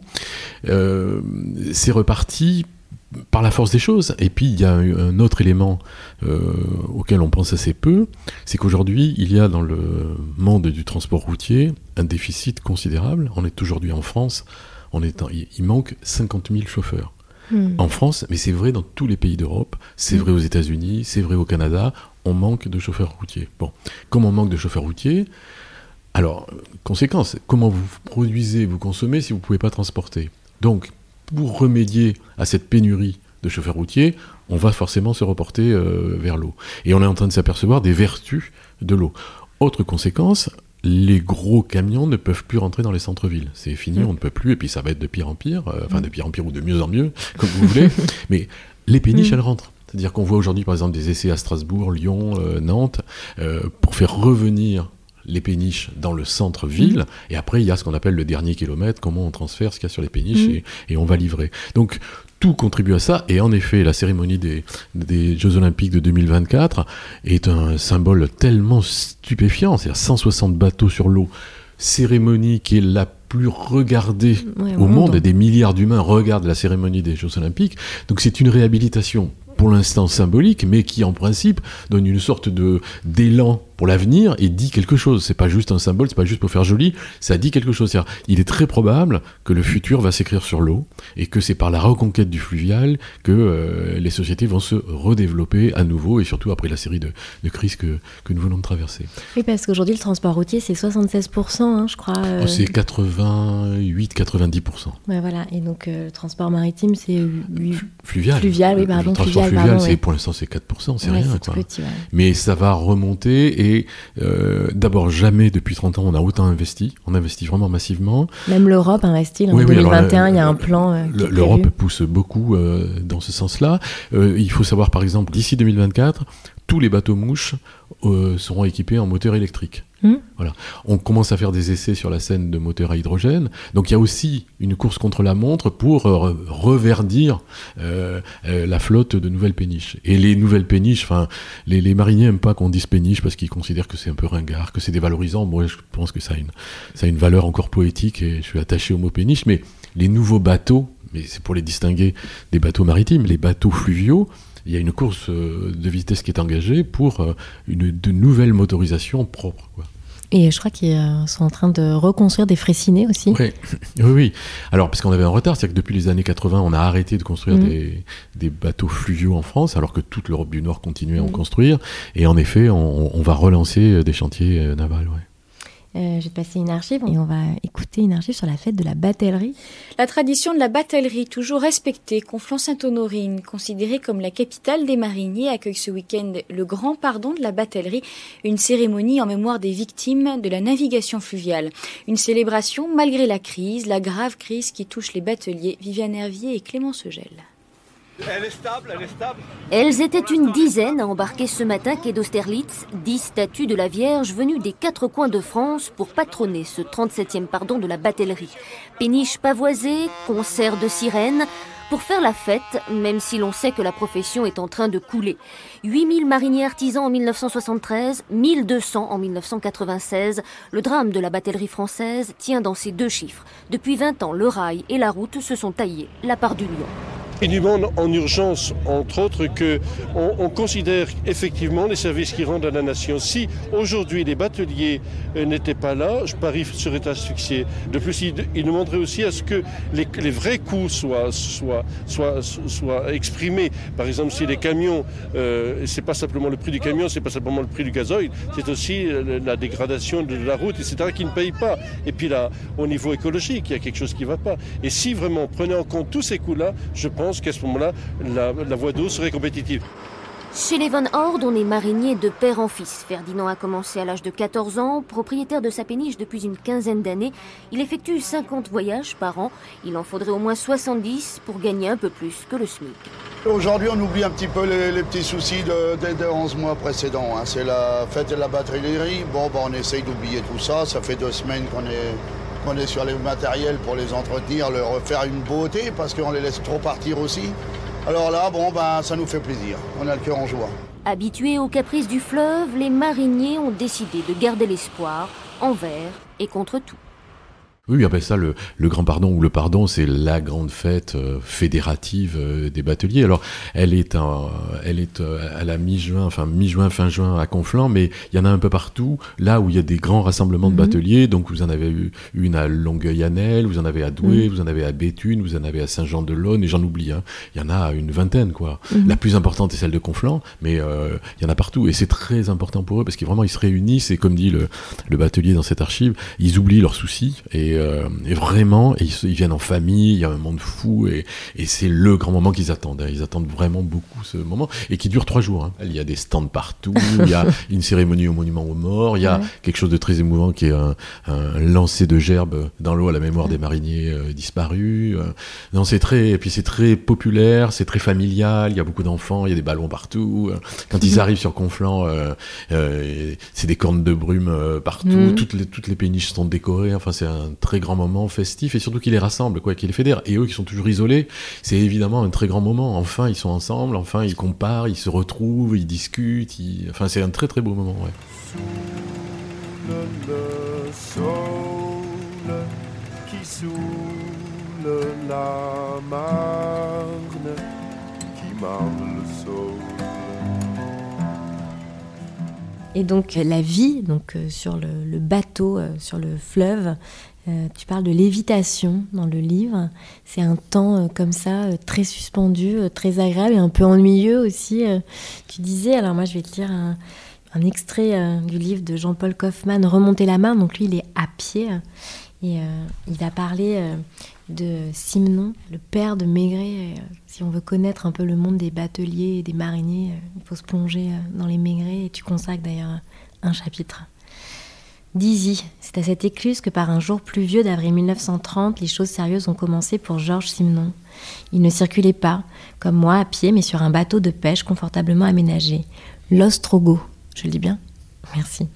Euh, c'est reparti par la force des choses. Et puis il y a un autre élément euh, auquel on pense assez peu, c'est qu'aujourd'hui il y a dans le monde du transport routier un déficit considérable. On est aujourd'hui en France, on est en, il manque cinquante mille chauffeurs. Mmh. En France, mais c'est vrai dans tous les pays d'Europe, c'est mmh. vrai aux États-Unis, c'est vrai au Canada, on manque de chauffeurs routiers. Bon, comme on manque de chauffeurs routiers, alors, conséquence, comment vous produisez, vous consommez si vous ne pouvez pas transporter ? Donc, pour remédier à cette pénurie de chauffeurs routiers, on va forcément se reporter euh, vers l'eau. Et on est en train de s'apercevoir des vertus de l'eau. Autre conséquence, les gros camions ne peuvent plus rentrer dans les centres-villes. C'est fini, mmh. on ne peut plus, et puis ça va être de pire en pire, euh, enfin de pire en pire ou de mieux en mieux, comme vous voulez, mais les péniches, mmh. elles rentrent. C'est-à-dire qu'on voit aujourd'hui, par exemple, des essais à Strasbourg, Lyon, euh, Nantes, euh, pour faire revenir les péniches dans le centre-ville, mmh. et après, il y a ce qu'on appelle le dernier kilomètre, comment on transfère ce qu'il y a sur les péniches, mmh. et, et on va livrer. Donc, tout contribue à ça, et en effet, la cérémonie des, des Jeux Olympiques de deux mille vingt-quatre est un symbole tellement stupéfiant, c'est-à-dire cent soixante bateaux sur l'eau, cérémonie qui est la plus regardée ouais, au monde, et des milliards d'humains regardent la cérémonie des Jeux Olympiques, donc c'est une réhabilitation pour l'instant symbolique, mais qui en principe donne une sorte de, d'élan pour l'avenir et dit quelque chose. C'est pas juste un symbole, c'est pas juste pour faire joli, ça dit quelque chose. C'est-à-dire, il est très probable que le futur va s'écrire sur l'eau et que c'est par la reconquête du fluvial que euh, les sociétés vont se redévelopper à nouveau et surtout après la série de, de crises que, que nous venons de traverser. Oui, parce qu'aujourd'hui, le transport routier, c'est soixante-seize pour cent, hein, je crois. Euh... Oh, c'est quatre-vingt-huit à quatre-vingt-dix pour cent. Ouais, voilà. Et donc, euh, le transport maritime, c'est... huit... Fluvial. Fluvial, oui, pardon. Le transport fluvial, fluvial, pardon, c'est, ouais. pour l'instant, c'est quatre pour cent, c'est ouais, rien. C'est quoi. petit, ouais. Mais ça va remonter et euh, d'abord, jamais depuis trente ans, on a autant investi. On investit vraiment massivement. Même l'Europe investit. En oui, deux mille vingt et un, oui, alors, il y a un plan euh, le, L'Europe prévu. pousse beaucoup euh, dans ce sens-là. Euh, il faut savoir, par exemple, d'ici deux mille vingt-quatre, tous les bateaux-mouches euh, seront équipés en moteur électrique. Mmh. Voilà. On commence à faire des essais sur la Seine de moteurs à hydrogène. Donc il y a aussi une course contre la montre pour euh, reverdir euh, euh, la flotte de nouvelles péniches. Et les nouvelles péniches, enfin, les, les mariniers n'aiment pas qu'on dise péniche parce qu'ils considèrent que c'est un peu ringard, que c'est dévalorisant. Moi, je pense que ça a une, ça a une valeur encore poétique et je suis attaché au mot péniche. Mais les nouveaux bateaux, mais c'est pour les distinguer des bateaux maritimes, les bateaux fluviaux, il y a une course de vitesse qui est engagée pour une, de nouvelles motorisations propres, quoi. Et je crois qu'ils sont en train de reconstruire des Fraissinet aussi. Oui, oui, oui. Alors, parce qu'on avait un retard, c'est-à-dire que depuis les années quatre-vingts, on a arrêté de construire mmh. des, des bateaux fluviaux en France, alors que toute l'Europe du Nord continuait mmh. à en construire. Et en effet, on, on va relancer des chantiers navals, ouais. Euh, je vais te passer une archive et on va écouter une archive sur la fête de la batellerie. La tradition de la batellerie, toujours respectée, Conflans-Sainte-Honorine, considérée comme la capitale des mariniers, accueille ce week-end le grand pardon de la batellerie, une cérémonie en mémoire des victimes de la navigation fluviale. Une célébration malgré la crise, la grave crise qui touche les bateliers, Viviane Hervier et Clément Segel. Elle est stable, elle est stable. Elles étaient une dizaine à embarquer ce matin quai d'Austerlitz, dix statues de la Vierge venues des quatre coins de France pour patronner ce trente-septième pardon de la batellerie. Péniches pavoisées, concerts de sirènes, pour faire la fête, même si l'on sait que la profession est en train de couler. huit mille mariniers artisans en mille neuf cent soixante-treize, mille deux cents en mille neuf cent quatre-vingt-seize. Le drame de la batellerie française tient dans ces deux chiffres. Depuis vingt ans, le rail et la route se sont taillés la part du lion. Il demande en urgence, entre autres, qu'on on considère effectivement les services qu'ils rendent à la nation. Si aujourd'hui les bateliers euh, n'étaient pas là, je parie serait asphyxié. De plus, il, il demanderait aussi à ce que les, les vrais coûts soient, soient, soient, soient exprimés. Par exemple, si les camions, euh, c'est pas simplement le prix du camion, c'est pas simplement le prix du gazoil, c'est aussi la dégradation de la route, et cetera, qui ne paye pas. Et puis là, au niveau écologique, il y a quelque chose qui ne va pas. Et si vraiment on prenait en compte tous ces coûts-là, je pense pense qu'à ce moment-là, la, la voie d'eau serait compétitive. Chez les Van Horde, on est marinier de père en fils. Ferdinand a commencé à l'âge de quatorze ans. Propriétaire de sa péniche depuis une quinzaine d'années, il effectue cinquante voyages par an. Il en faudrait au moins soixante-dix pour gagner un peu plus que le SMIC. Aujourd'hui, on oublie un petit peu les, les petits soucis de, de, de onze mois précédents. Hein. C'est la fête de la batterie. Bon, bah, on essaye d'oublier tout ça. Ça fait deux semaines qu'on est, qu'on est sur les matériels pour les entretenir, leur refaire une beauté, parce qu'on les laisse trop partir aussi. Alors là, bon, ben, ça nous fait plaisir. On a le cœur en joie. Habitués aux caprices du fleuve, les mariniers ont décidé de garder l'espoir envers et contre tout. Oui, après ça, le, le Grand Pardon ou le Pardon, c'est la grande fête euh, fédérative euh, des bateliers. Alors, elle est, en, elle est euh, à la mi-juin, enfin mi-juin, fin juin à Conflans, mais il y en a un peu partout, là où il y a des grands rassemblements de mmh. bateliers. Donc, vous en avez eu une à Longueuil-Annel, vous en avez à Douai, mmh. vous en avez à Béthune, vous en avez à Saint-Jean-de-Laune, et j'en oublie. Hein. Il y en a une vingtaine, quoi. Mmh. La plus importante est celle de Conflans, mais euh, il y en a partout, et c'est très important pour eux, parce qu'ils vraiment, ils se réunissent, et comme dit le, le batelier dans cette archive, ils oublient leurs soucis, et Euh, et vraiment, et ils, ils viennent en famille, il y a un monde fou, et, et c'est le grand moment qu'ils attendent. Hein. Ils attendent vraiment beaucoup ce moment, et qui dure trois jours. Hein. Il y a des stands partout, il y a une cérémonie au monument aux morts, il y a ouais. quelque chose de très émouvant qui est un, un lancer de gerbes dans l'eau à la mémoire des mariniers euh, disparus. Euh, non, c'est très, et puis c'est très populaire, c'est très familial, il y a beaucoup d'enfants, il y a des ballons partout. Quand ils arrivent sur Conflans, euh, euh, c'est des cornes de brume euh, partout, mmh. toutes, les, toutes les péniches sont décorées, enfin c'est un très grand moment festif, et surtout qui les rassemble, quoi, qui les fédère. Et eux qui sont toujours isolés, c'est évidemment un très grand moment. Enfin, ils sont ensemble, enfin, ils comparent, ils se retrouvent, ils discutent. Ils... Enfin, c'est un très très beau moment, ouais. Sous le sol qui saoule la marne, qui marne le sol. Et donc la vie, donc euh, sur le, le bateau, euh, sur le fleuve. Euh, tu parles de lévitation dans le livre. C'est un temps euh, comme ça, euh, très suspendu, euh, très agréable et un peu ennuyeux aussi. Euh, tu disais, alors moi je vais te lire un, un extrait euh, du livre de Jean-Paul Kaufmann, Remonter la Marne. Donc lui, il est à pied euh, et euh, il va parler euh, de Simenon, le père de Maigret. Euh, si on veut connaître un peu le monde des bateliers et des mariniers, euh, il faut se plonger euh, dans les Maigret, et tu consacres d'ailleurs un chapitre. D'izy, c'est à cette écluse que par un jour pluvieux d'avril mille neuf cent trente, les choses sérieuses ont commencé pour Georges Simenon. Il ne circulait pas, comme moi, à pied, mais sur un bateau de pêche confortablement aménagé. L'Ostrogo, je le dis bien ? Merci.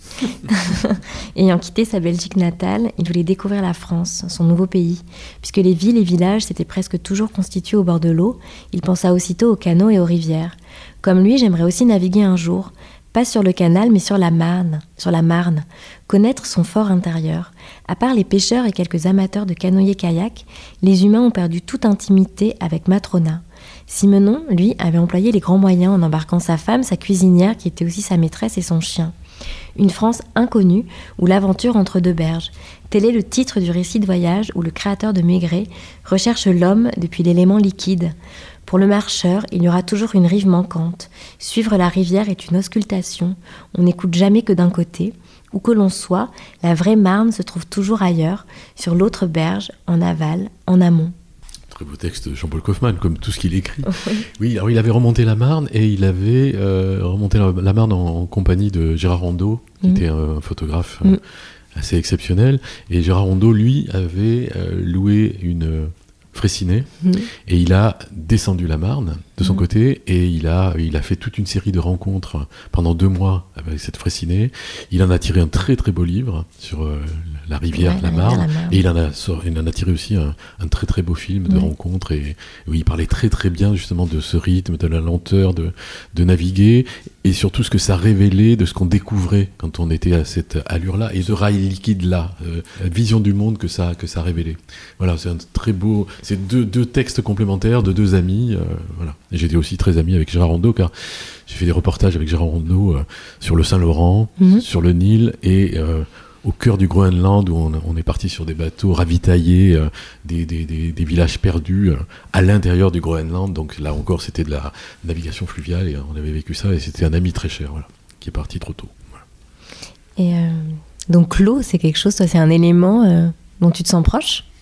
Ayant quitté sa Belgique natale, il voulait découvrir la France, son nouveau pays. Puisque les villes et villages s'étaient presque toujours constitués au bord de l'eau, il pensa aussitôt aux canaux et aux rivières. Comme lui, j'aimerais aussi naviguer un jour, pas sur le canal, mais sur la Marne, sur la Marne, connaître son fort intérieur. À part les pêcheurs et quelques amateurs de canoë-kayak, les humains ont perdu toute intimité avec Matrona. Simenon, lui, avait employé les grands moyens en embarquant sa femme, sa cuisinière, qui était aussi sa maîtresse, et son chien. Une France inconnue, où l'aventure entre deux berges. Tel est le titre du récit de voyage où le créateur de Maigret recherche l'homme depuis l'élément liquide. Pour le marcheur, il y aura toujours une rive manquante. Suivre la rivière est une auscultation. On n'écoute jamais que d'un côté. Où que l'on soit, la vraie Marne se trouve toujours ailleurs, sur l'autre berge, en aval, en amont. Très beau texte de Jean-Paul Kaufmann, comme tout ce qu'il écrit. Oui, oui, alors il avait remonté la Marne, et il avait euh, remonté la, la Marne en, en compagnie de Gérard Rondeau, qui mmh. était un photographe euh, mmh. assez exceptionnel. Et Gérard Rondeau, lui, avait euh, loué une Fraissinet, mmh. et il a descendu la Marne de son mmh. côté, et il a, il a fait toute une série de rencontres pendant deux mois avec cette Fraissinet. Il en a tiré un très très beau livre sur euh, la rivière, ouais, la, Marne, la Marne, et il en a, il en a tiré aussi un, un très très beau film de mmh. rencontres, et où il parlait très très bien justement de ce rythme, de la lenteur de, de naviguer, et surtout ce que ça révélait de ce qu'on découvrait quand on était à cette allure-là, et ce rail liquide-là, euh, la vision du monde que ça, que ça révélait. Voilà, c'est un très beau... C'est deux, deux textes complémentaires de deux amis, euh, voilà. Et j'étais aussi très ami avec Gérard Rondeau, car j'ai fait des reportages avec Gérard Rondeau euh, sur le Saint-Laurent, mmh. sur le Nil, et euh, au cœur du Groenland, où on, on est parti sur des bateaux ravitaillés, euh, des, des, des, des villages perdus euh, à l'intérieur du Groenland. Donc là encore, c'était de la navigation fluviale, et on avait vécu ça, et c'était un ami très cher, voilà, qui est parti trop tôt. Voilà. Et euh, donc l'eau, c'est quelque chose, toi, c'est un élément euh, dont tu te sens proche ?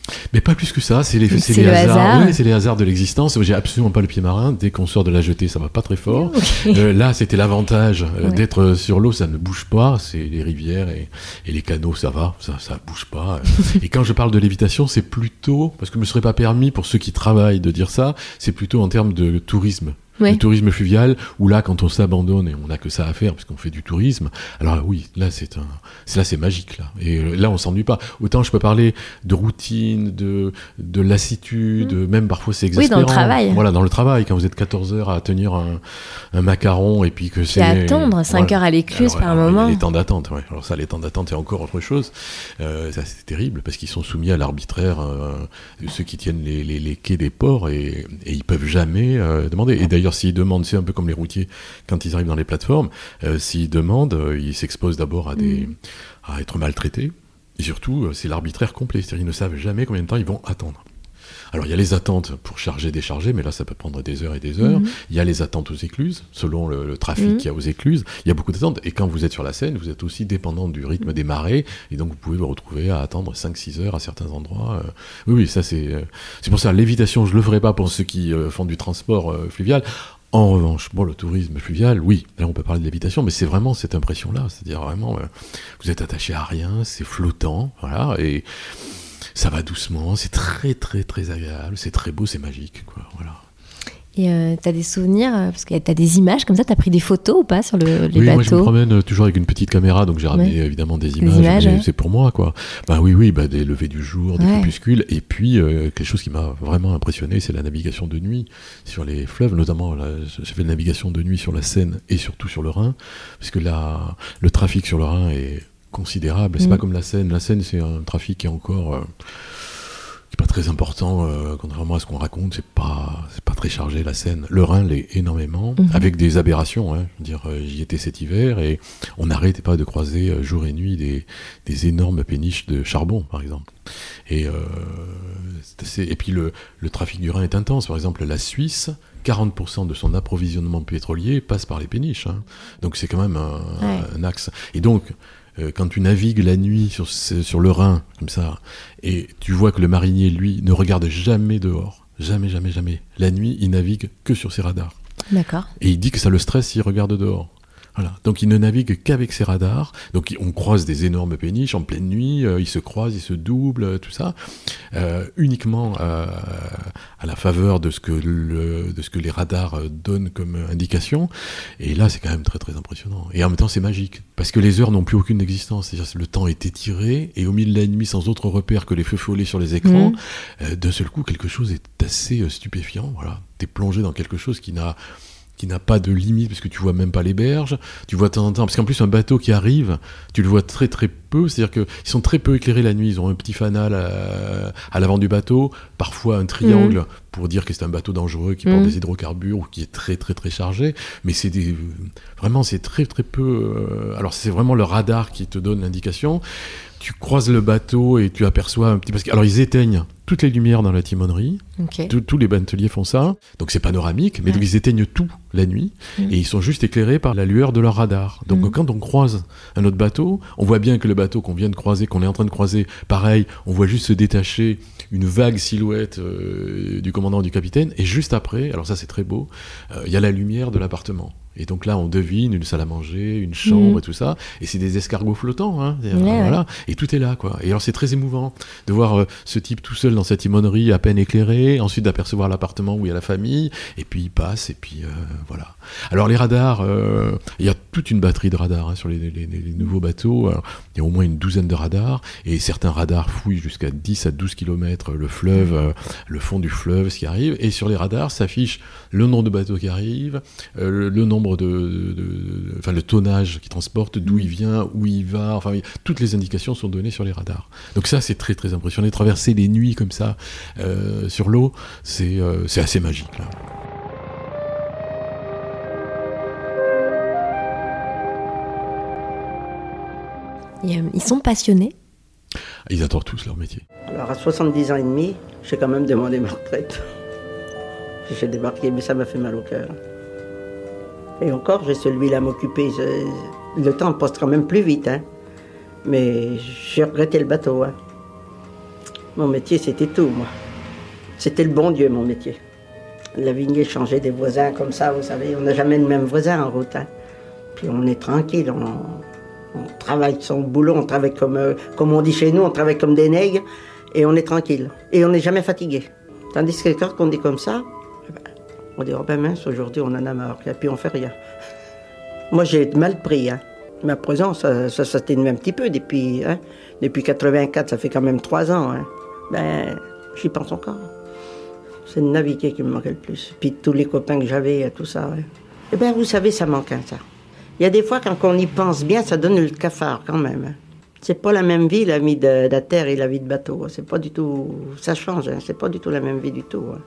Mais pas plus que ça, c'est les, c'est c'est les le hasards. hasard. Oui, c'est les hasards de l'existence. J'ai absolument pas le pied marin. Dès qu'on sort de la jetée, ça va pas très fort. Okay. Euh, là, c'était l'avantage euh, Ouais. d'être sur l'eau, ça ne bouge pas. C'est les rivières et, et les canaux, ça va, ça, ça bouge pas. Et quand je parle de lévitation, c'est plutôt, parce que me serait pas permis pour ceux qui travaillent de dire ça, c'est plutôt en termes de tourisme. Ouais. Le tourisme fluvial, où là, quand on s'abandonne et on n'a que ça à faire, parce qu'on fait du tourisme, alors oui, là, c'est un, c'est là, c'est magique, là. Et euh, là, on s'ennuie pas. Autant je peux parler de routine, de, de lassitude, mmh. même parfois c'est exaspérant. Oui, dans le travail. Voilà, dans le travail, quand vous êtes quatorze heures à tenir un, un macaron et puis que c'est. Puis attendre cinq voilà. heures à l'écluse alors, par alors, moment. Les temps d'attente, ouais. Alors ça, les temps d'attente, c'est encore autre chose. Euh, ça, c'est terrible, parce qu'ils sont soumis à l'arbitraire euh, de ceux qui tiennent les, les, les quais des ports et, et ils peuvent jamais euh, demander. Et d'ailleurs, s'ils demandent, c'est un peu comme les routiers quand ils arrivent dans les plateformes, euh, s'ils demandent, euh, ils s'exposent d'abord à, des, mmh. à être maltraités, et surtout, euh, c'est l'arbitraire complet, c'est-à-dire ils ne savent jamais combien de temps ils vont attendre. Alors il y a les attentes pour charger, décharger, mais là ça peut prendre des heures et des heures. Mmh. Il y a les attentes aux écluses, selon le, le trafic mmh. qu'il y a aux écluses. Il y a beaucoup d'attentes, et quand vous êtes sur la Seine, vous êtes aussi dépendant du rythme des marées, et donc vous pouvez vous retrouver à attendre cinq six heures à certains endroits. Oui, oui, ça c'est... Euh, c'est pour ça, l'évitation, je le ferai pas pour ceux qui euh, font du transport euh, fluvial. En revanche, bon, le tourisme fluvial, oui, là on peut parler de lévitation, mais c'est vraiment cette impression-là, c'est-à-dire vraiment, euh, vous êtes attaché à rien, c'est flottant, voilà, et ça va doucement, c'est très très très agréable, c'est très beau, c'est magique, quoi, voilà. Et euh, t'as des souvenirs, parce que t'as des images comme ça, t'as pris des photos ou pas sur le, les oui, bateaux? Oui, moi je me promène toujours avec une petite caméra, donc j'ai ramené ouais. évidemment des images, des images ouais. c'est pour moi, quoi. Bah oui, oui, bah, des levées du jour, des ouais. crépuscules, et puis euh, quelque chose qui m'a vraiment impressionné, c'est la navigation de nuit sur les fleuves, notamment là, j'ai fait de la navigation de nuit sur la Seine et surtout sur le Rhin, parce que là, le trafic sur le Rhin est considérable, c'est mmh. pas comme la Seine, la Seine c'est un trafic qui est encore... Euh, qui n'est pas très important, euh, contrairement à ce qu'on raconte, c'est pas, c'est pas très chargé la Seine. Le Rhin l'est énormément, mmh. avec des aberrations. Hein. Je veux dire, euh, j'y étais cet hiver et on n'arrêtait pas de croiser euh, jour et nuit des, des énormes péniches de charbon, par exemple. Et, euh, c'est, et puis le, le trafic du Rhin est intense. Par exemple, la Suisse, quarante pour cent de son approvisionnement pétrolier passe par les péniches. Hein. Donc c'est quand même un, ouais. un axe. Et donc, quand tu navigues la nuit sur, sur le Rhin, comme ça, et tu vois que le marinier, lui, ne regarde jamais dehors. Jamais, jamais, jamais. La nuit, il navigue que sur ses radars. D'accord. Et il dit que ça le stresse s'il regarde dehors. Voilà. Donc il ne navigue qu'avec ses radars. Donc on croise des énormes péniches en pleine nuit, euh, ils se croisent, ils se doublent, euh, tout ça, euh, uniquement euh, à la faveur de ce que le, de ce que les radars donnent comme indication. Et là, c'est quand même très très impressionnant. Et en même temps, c'est magique parce que les heures n'ont plus aucune existence. C'est-à-dire que le temps est étiré et au milieu de la nuit, sans autre repère que les feux follets sur les écrans, mmh. euh, d'un seul coup, quelque chose est assez euh, stupéfiant. Voilà, t'es plongé dans quelque chose qui n'a qui n'a pas de limite, parce que tu vois même pas les berges, tu vois de temps en temps, parce qu'en plus un bateau qui arrive, tu le vois très très peu, c'est-à-dire qu'ils sont très peu éclairés la nuit, ils ont un petit fanal à, à l'avant du bateau, parfois un triangle, mmh. pour dire que c'est un bateau dangereux qui mmh. porte des hydrocarbures ou qui est très très très chargé, mais c'est des, vraiment c'est très très peu, euh, alors c'est vraiment le radar qui te donne l'indication. Tu croises le bateau et tu aperçois un petit... Parce que, alors, ils éteignent toutes les lumières dans la timonerie. Okay. Tous les bateliers font ça. Donc, c'est panoramique. Mais ouais. donc, ils éteignent tout la nuit. Mmh. Et ils sont juste éclairés par la lueur de leur radar. Donc, mmh. quand on croise un autre bateau, on voit bien que le bateau qu'on vient de croiser, qu'on est en train de croiser, pareil, on voit juste se détacher une vague silhouette euh, du commandant ou du capitaine. Et juste après, alors ça, c'est très beau, il euh, y a la lumière de l'appartement. Et donc là, on devine une salle à manger, une chambre mmh. et tout ça. Et c'est des escargots flottants. Hein. Et, ouais, voilà. ouais. et tout est là, quoi. Et alors, c'est très émouvant de voir euh, ce type tout seul dans sa timonerie à peine éclairée, ensuite d'apercevoir l'appartement où il y a la famille, et puis il passe, et puis euh, voilà. Alors, les radars, euh, il y a toute une batterie de radars hein, sur les, les, les, les nouveaux bateaux. Alors, il y a au moins une douzaine de radars, et certains radars fouillent jusqu'à dix à douze kilomètres le fleuve, euh, le fond du fleuve, ce qui arrive. Et sur les radars s'affiche le nombre de bateaux qui arrivent, euh, le, le nombre De, de, de, enfin le tonnage qui transporte, d'où il vient, où il va, enfin toutes les indications sont données sur les radars. Donc ça c'est très très impressionnant. Traverser les nuits comme ça euh, sur l'eau, c'est euh, c'est assez magique là. Et, euh, ils sont passionnés. Ils adorent tous leur métier. Alors à soixante-dix ans et demi, j'ai quand même demandé ma retraite. J'ai débarqué, mais ça m'a fait mal au cœur. Et encore, j'ai celui-là à m'occuper. Je... Le temps passe quand même plus vite, hein. Mais j'ai regretté le bateau, hein. Mon métier, c'était tout, moi. C'était le bon Dieu, mon métier. Naviguer, changer des voisins comme ça, vous savez, on n'a jamais le même voisin en route. Hein. Puis on est tranquille, on, on travaille son boulot, on travaille comme, euh, comme on dit chez nous, on travaille comme des nègres, et on est tranquille. Et on n'est jamais fatigué. Tandis que quand on dit comme ça, on dit, oh ben mince, aujourd'hui on en a marre, et puis on fait rien. Moi j'ai mal pris, hein. Ma présence, ça, ça s'atténue un petit peu depuis, hein. Depuis quatre-vingt-quatre, ça fait quand même trois ans. Hein. Ben, j'y pense encore. C'est de naviguer qui me manquait le plus. Puis tous les copains que j'avais, tout ça. Ouais. Eh bien, vous savez, ça manque, hein, ça. Il y a des fois, quand on y pense bien, ça donne le cafard, quand même. Hein. C'est pas la même vie, la vie de, de la terre et la vie de bateau. C'est pas du tout... Ça change, hein. C'est pas du tout la même vie du tout. Hein.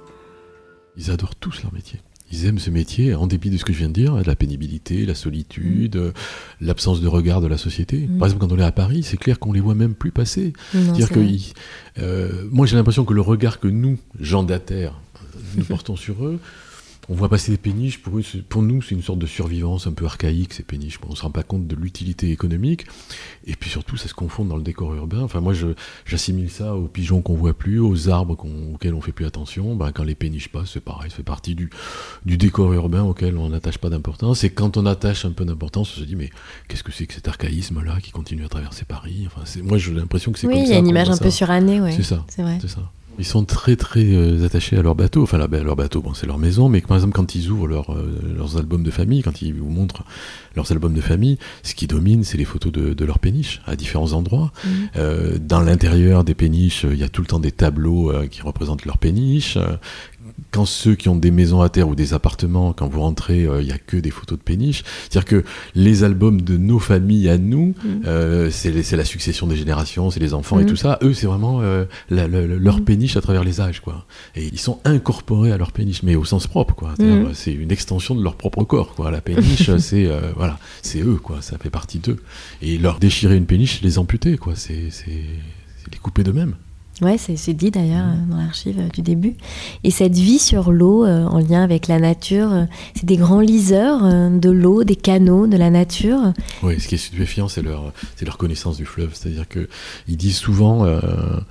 Ils adorent tous leur métier. Ils aiment ce métier, en dépit de ce que je viens de dire, la pénibilité, la solitude, mmh. l'absence de regard de la société. Mmh. Par exemple, quand on est à Paris, c'est clair qu'on les voit même plus passer. Non, C'est-à-dire c'est que ils, euh, moi, j'ai l'impression que le regard que nous, gens d'Ater, nous portons sur eux, on voit passer des péniches, pour, eux, pour nous, c'est une sorte de survivance un peu archaïque, ces péniches. On ne se rend pas compte de l'utilité économique. Et puis surtout, ça se confond dans le décor urbain. Enfin, moi, je, j'assimile ça aux pigeons qu'on ne voit plus, aux arbres qu'on, auxquels on ne fait plus attention. Ben, quand les péniches passent, c'est pareil, ça fait partie du, du décor urbain auquel on n'attache pas d'importance. Et quand on attache un peu d'importance, on se dit, mais qu'est-ce que c'est que cet archaïsme-là qui continue à traverser Paris? Enfin, c'est, moi, j'ai l'impression que c'est oui, comme ça. Oui, il y a une image un ça. peu surannée, ouais. C'est ça, c'est vrai. C'est ça. Ils sont très très euh, attachés à leur bateau, enfin la, leur bateau, bon, c'est leur maison, mais par exemple quand ils ouvrent leur, euh, leurs albums de famille, quand ils vous montrent leurs albums de famille, ce qui domine c'est les photos de, de leurs péniches à différents endroits. Mmh. Euh, dans l'intérieur des péniches, il y a tout le temps des tableaux euh, qui représentent leurs péniches. Quand ceux qui ont des maisons à terre ou des appartements, quand vous rentrez, il euh, n'y a que des photos de péniches. C'est-à-dire que les albums de nos familles à nous, mmh. euh, c'est, c'est la succession des générations, c'est les enfants mmh. et tout ça. Eux, c'est vraiment euh, la, la, leur mmh. péniche à travers les âges, quoi. Et ils sont incorporés à leur péniche, mais au sens propre, quoi. Mmh. C'est une extension de leur propre corps, quoi. La péniche, c'est euh, voilà, c'est eux, quoi. Ça fait partie d'eux. Et leur déchirer une péniche, les amputer, quoi. C'est, c'est, c'est les couper d'eux-mêmes. Ouais, c'est, c'est dit d'ailleurs mmh. dans l'archive euh, du début. Et cette vie sur l'eau, euh, en lien avec la nature, euh, c'est des grands liseurs euh, de l'eau, des canaux, de la nature. Oui, ce qui est stupéfiant, c'est leur, c'est leur connaissance du fleuve. C'est-à-dire qu'ils disent souvent... Euh,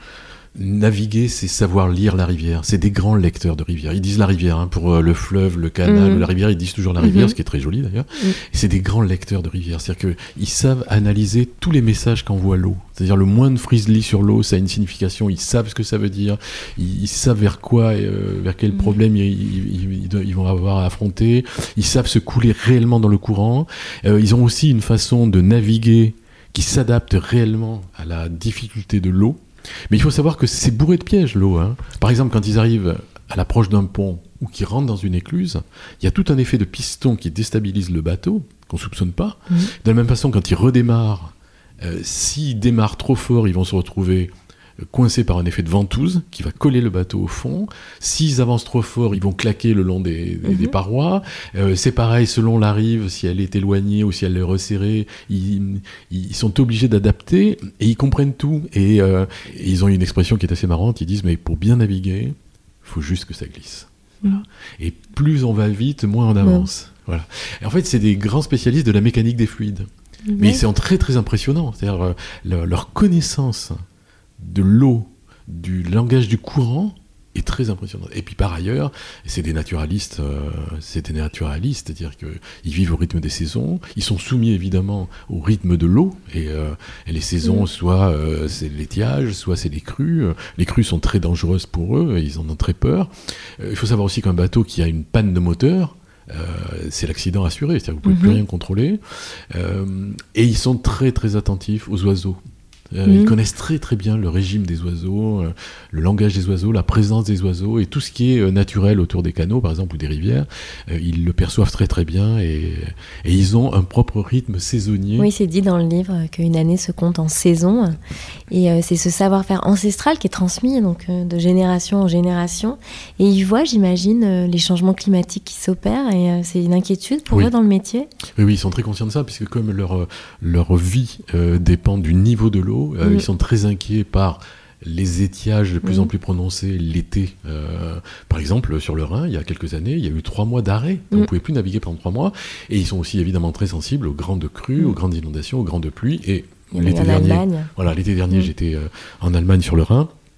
naviguer, c'est savoir lire la rivière. C'est des grands lecteurs de rivière. Ils disent la rivière, hein, pour euh, le fleuve, le canal, mmh. la rivière, ils disent toujours la rivière, mmh. ce qui est très joli d'ailleurs. Mmh. Et c'est des grands lecteurs de rivière. C'est-à-dire qu'ils savent analyser tous les messages qu'envoie l'eau. C'est-à-dire le moindre frisely sur l'eau, ça a une signification. Ils savent ce que ça veut dire. Ils, ils savent vers quoi, euh, vers quel mmh. problème ils, ils, ils, ils vont avoir à affronter. Ils savent se couler réellement dans le courant. Euh, ils ont aussi une façon de naviguer qui s'adapte réellement à la difficulté de l'eau. Mais il faut savoir que c'est bourré de pièges, l'eau. Hein. Par exemple, quand ils arrivent à l'approche d'un pont ou qu'ils rentrent dans une écluse, il y a tout un effet de piston qui déstabilise le bateau, qu'on ne soupçonne pas. Mmh. De la même façon, quand ils redémarrent, euh, s'ils démarrent trop fort, ils vont se retrouver coincés par un effet de ventouse qui va coller le bateau au fond. S'ils avancent trop fort, ils vont claquer le long des, des, mmh. des parois. Euh, c'est pareil, selon la rive, si elle est éloignée ou si elle est resserrée, ils, ils sont obligés d'adapter et ils comprennent tout. Et, euh, et ils ont une expression qui est assez marrante, ils disent, mais pour bien naviguer, il faut juste que ça glisse. Mmh. Voilà. Et plus on va vite, moins on avance. Mmh. Voilà. Et en fait, c'est des grands spécialistes de la mécanique des fluides. Mmh. Mais c'est très très impressionnant. C'est-à-dire euh, leur, leur connaissance de l'eau, du langage du courant est très impressionnant. Et puis par ailleurs, c'est des naturalistes, euh, c'est des naturalistes, c'est-à-dire qu'ils vivent au rythme des saisons, ils sont soumis évidemment au rythme de l'eau, et, euh, et les saisons, mmh. soit euh, c'est l'étiage, soit c'est les crues. Les crues sont très dangereuses pour eux, ils en ont très peur. Euh, il faut savoir aussi qu'un bateau qui a une panne de moteur, Euh, c'est l'accident assuré, c'est-à-dire que vous ne pouvez mmh. plus rien contrôler. Euh, et ils sont très très attentifs aux oiseaux. Euh, mmh. Ils connaissent très très bien le régime des oiseaux, euh, le langage des oiseaux, la présence des oiseaux et tout ce qui est euh, naturel autour des canaux par exemple ou des rivières, euh, ils le perçoivent très très bien et, et ils ont un propre rythme saisonnier. Oui, c'est dit dans le livre qu'une année se compte en saison et euh, c'est ce savoir-faire ancestral qui est transmis donc, euh, de génération en génération et ils voient, j'imagine, euh, les changements climatiques qui s'opèrent et euh, c'est une inquiétude pour oui. eux dans le métier. Oui, oui, ils sont très conscients de ça puisque comme leur, leur vie euh, dépend du niveau de l'eau, Euh, mmh. ils sont très inquiets par les étiages de plus mmh. en plus prononcés l'été. Euh, par exemple, sur le Rhin, il y a quelques années, il y a eu trois mois d'arrêt. Mmh. On ne pouvait plus naviguer pendant trois mois. Et ils sont aussi évidemment très sensibles aux grandes crues, mmh. aux grandes inondations, aux grandes pluies. Et l'été dernier, voilà, l'été dernier, mmh. j'étais euh, en Allemagne sur le Rhin.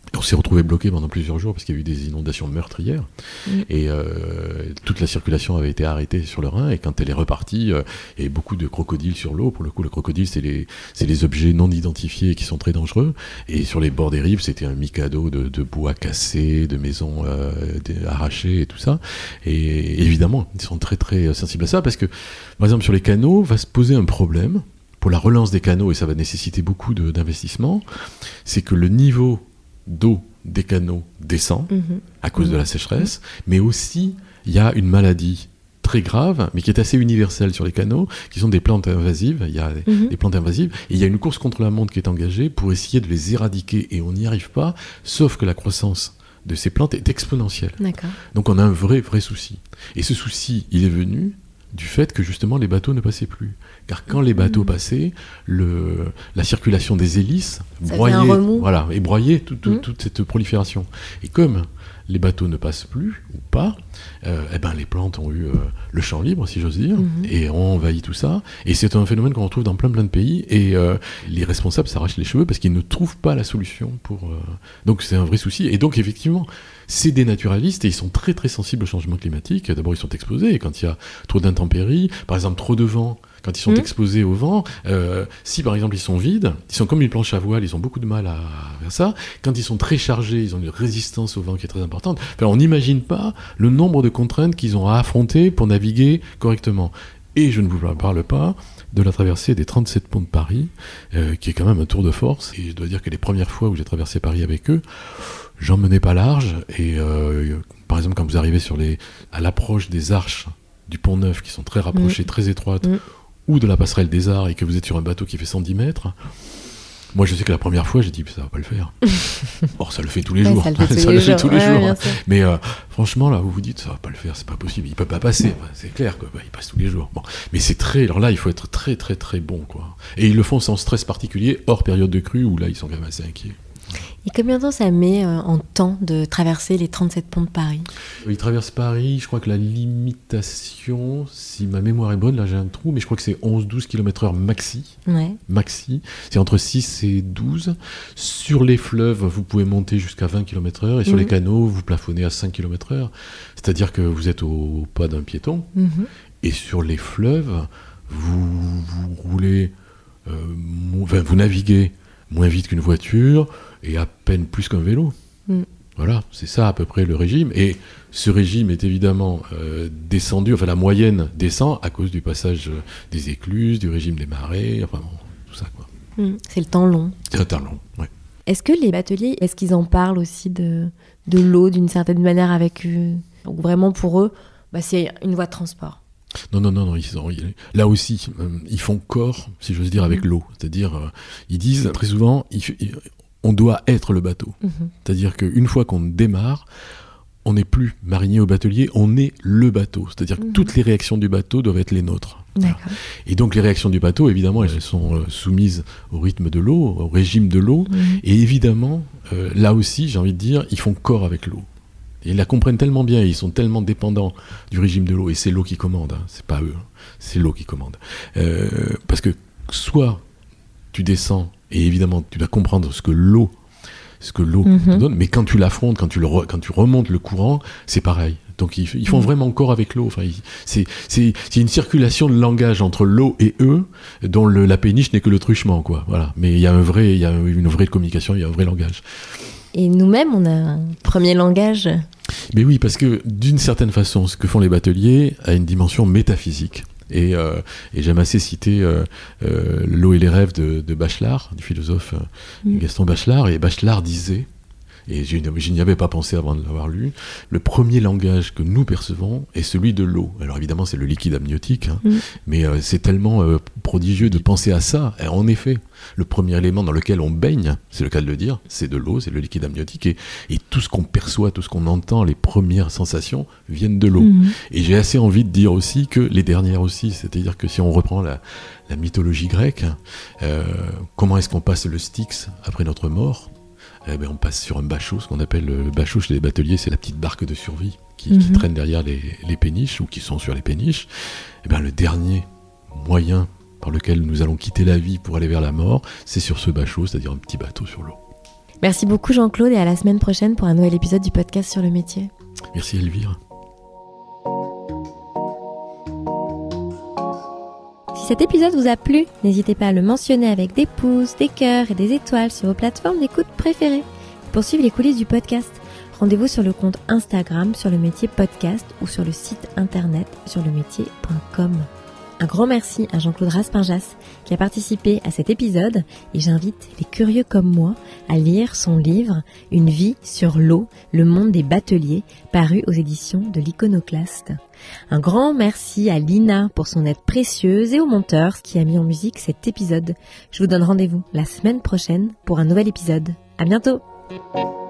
On s'est retrouvé bloqué pendant plusieurs jours parce qu'il y a eu des inondations meurtrières mmh. et euh, toute la circulation avait été arrêtée sur le Rhin et quand elle est repartie, euh, il y avait beaucoup de crocodiles sur l'eau. Pour le coup, le crocodile, c'est les, c'est les objets non identifiés qui sont très dangereux et sur les bords des rives, c'était un mikado de, de bois cassé, de maisons euh, arrachées et tout ça. Et évidemment, ils sont très très sensibles à ça parce que, par exemple, sur les canaux, va se poser un problème pour la relance des canaux et ça va nécessiter beaucoup de, d'investissement, c'est que le niveau d'eau des canaux descend mmh. à cause mmh. de la sécheresse, mais aussi il y a une maladie très grave, mais qui est assez universelle sur les canaux, qui sont des plantes invasives. Il y a mmh. des plantes invasives, et il y a une course contre la montre qui est engagée pour essayer de les éradiquer, et on n'y arrive pas, sauf que la croissance de ces plantes est exponentielle. D'accord. Donc on a un vrai, vrai souci. Et ce souci, il est venu du fait que justement les bateaux ne passaient plus. Car quand les bateaux passaient, le, la circulation des hélices broyait, voilà, et broyait tout, tout, mmh. toute cette prolifération. Et comme les bateaux ne passent plus, ou pas, euh, eh ben les plantes ont eu euh, le champ libre, si j'ose dire, mmh. et ont envahi tout ça. Et c'est un phénomène qu'on retrouve dans plein plein de pays, et euh, les responsables s'arrachent les cheveux parce qu'ils ne trouvent pas la solution pour... Euh... Donc c'est un vrai souci. Et donc effectivement, c'est des naturalistes, et ils sont très très sensibles au changement climatique. D'abord, ils sont exposés, et quand il y a trop d'intempéries, par exemple trop de vent, quand ils sont mmh. exposés au vent, euh, si par exemple ils sont vides, ils sont comme une planche à voile, ils ont beaucoup de mal à faire ça. Quand ils sont très chargés, ils ont une résistance au vent qui est très importante. Enfin, on n'imagine pas le nombre de contraintes qu'ils ont à affronter pour naviguer correctement. Et je ne vous parle pas de la traversée des trente-sept ponts de Paris, euh, qui est quand même un tour de force. Et je dois dire que les premières fois où j'ai traversé Paris avec eux, j'en menais pas large. Et euh, par exemple, quand vous arrivez sur les, à l'approche des arches du Pont Neuf, qui sont très rapprochées, mmh. très étroites, mmh. ou de la passerelle des Arts, et que vous êtes sur un bateau qui fait cent dix mètres, moi je sais que la première fois j'ai dit ça va pas le faire. Or ça le fait tous les ouais, jours, ça le fait tous ça les, le jours. Fait tous les ouais, jours. Mais euh, franchement là vous vous dites ça va pas le faire, c'est pas possible, il peut pas passer, enfin, c'est clair quoi, bah, il passe tous les jours. Bon, mais c'est très, alors là il faut être très très très bon quoi. Et ils le font sans stress particulier, hors période de crue où là ils sont quand même assez inquiets. Et combien de temps ça met euh, en temps de traverser les trente-sept ponts de Paris ? Ils traversent Paris, je crois que la limitation, si ma mémoire est bonne, là j'ai un trou, mais je crois que c'est onze à douze kilomètres heure maxi. Ouais. Maxi, c'est entre six et douze. Sur les fleuves, vous pouvez monter jusqu'à vingt kilomètres heure, et sur mmh. les canaux, vous plafonnez à cinq kilomètres heure. C'est-à-dire que vous êtes au, au pas d'un piéton, mmh. et sur les fleuves, vous, vous roulez, euh, enfin, vous naviguez moins vite qu'une voiture, et à peine plus qu'un vélo. Mm. Voilà, c'est ça à peu près le régime. Et ce régime est évidemment euh, descendu, enfin la moyenne descend à cause du passage des écluses, du régime des marées, enfin bon, tout ça quoi. Mm. C'est le temps long. C'est le temps long, oui. Est-ce que les bateliers, est-ce qu'ils en parlent aussi de, de l'eau d'une certaine manière avec eux ? Ou vraiment pour eux, bah, c'est une voie de transport ? Non, non, non, non ils sont, là aussi, euh, ils font corps, si j'ose dire, avec mmh. l'eau. C'est-à-dire, euh, ils disent très souvent, ils, ils, on doit être le bateau. Mmh. C'est-à-dire qu'une fois qu'on démarre, on n'est plus marinier ou batelier, on est le bateau. C'est-à-dire mmh. que toutes les réactions du bateau doivent être les nôtres. Voilà. Et donc les réactions du bateau, évidemment, elles sont euh, soumises au rythme de l'eau, au régime de l'eau. Mmh. Et évidemment, euh, là aussi, j'ai envie de dire, ils font corps avec l'eau. Et ils la comprennent tellement bien, et ils sont tellement dépendants du régime de l'eau, et c'est l'eau qui commande, hein, c'est pas eux, hein, c'est l'eau qui commande. Euh, parce que soit tu descends, et évidemment tu dois comprendre ce que l'eau, ce que l'eau mm-hmm. te donne, mais quand tu l'affrontes, quand tu, le re, quand tu remontes le courant, c'est pareil. Donc ils, ils font mm. vraiment corps avec l'eau. Enfin, ils, c'est, c'est, c'est une circulation de langage entre l'eau et eux, dont le, la péniche n'est que le truchement, quoi. Voilà. Mais il y a un vrai, il y a une vraie communication, il y a un vrai langage. Et nous-mêmes, on a un premier langage. Mais oui, parce que d'une certaine façon, ce que font les bateliers a une dimension métaphysique. Et, euh, et j'aime assez citer euh, euh, L'eau et les rêves de, de Bachelard, du philosophe euh, mmh. Gaston Bachelard. Et Bachelard disait, et je, je n'y avais pas pensé avant de l'avoir lu, le premier langage que nous percevons est celui de l'eau. Alors évidemment, c'est le liquide amniotique, hein, mmh. mais euh, c'est tellement euh, prodigieux de penser à ça. Et en effet, le premier élément dans lequel on baigne, c'est le cas de le dire, c'est de l'eau, c'est le liquide amniotique, et, et tout ce qu'on perçoit, tout ce qu'on entend, les premières sensations viennent de l'eau. Mmh. Et j'ai assez envie de dire aussi que les dernières aussi, c'est-à-dire que si on reprend la, la mythologie grecque, euh, comment est-ce qu'on passe le Styx après notre mort ? Eh ben, on passe sur un bachot, ce qu'on appelle le bachot chez les bateliers, c'est la petite barque de survie qui, mmh. qui traîne derrière les, les péniches, ou qui sont sur les péniches. Eh ben, le dernier moyen par lequel nous allons quitter la vie pour aller vers la mort, c'est sur ce bachot, c'est-à-dire un petit bateau sur l'eau. Merci beaucoup Jean-Claude et à la semaine prochaine pour un nouvel épisode du podcast sur le métier. Merci Elvire. Si cet épisode vous a plu, n'hésitez pas à le mentionner avec des pouces, des cœurs et des étoiles sur vos plateformes d'écoute préférées. Pour suivre les coulisses du podcast, rendez-vous sur le compte Instagram sur le métier podcast ou sur le site internet sur le métier point com. Un grand merci à Jean-Claude Raspinjas qui a participé à cet épisode et j'invite les curieux comme moi à lire son livre « Une vie sur l'eau, le monde des bateliers » paru aux éditions de l'Iconoclaste. Un grand merci à Lina pour son aide précieuse et au monteur qui a mis en musique cet épisode. Je vous donne rendez-vous la semaine prochaine pour un nouvel épisode. À bientôt!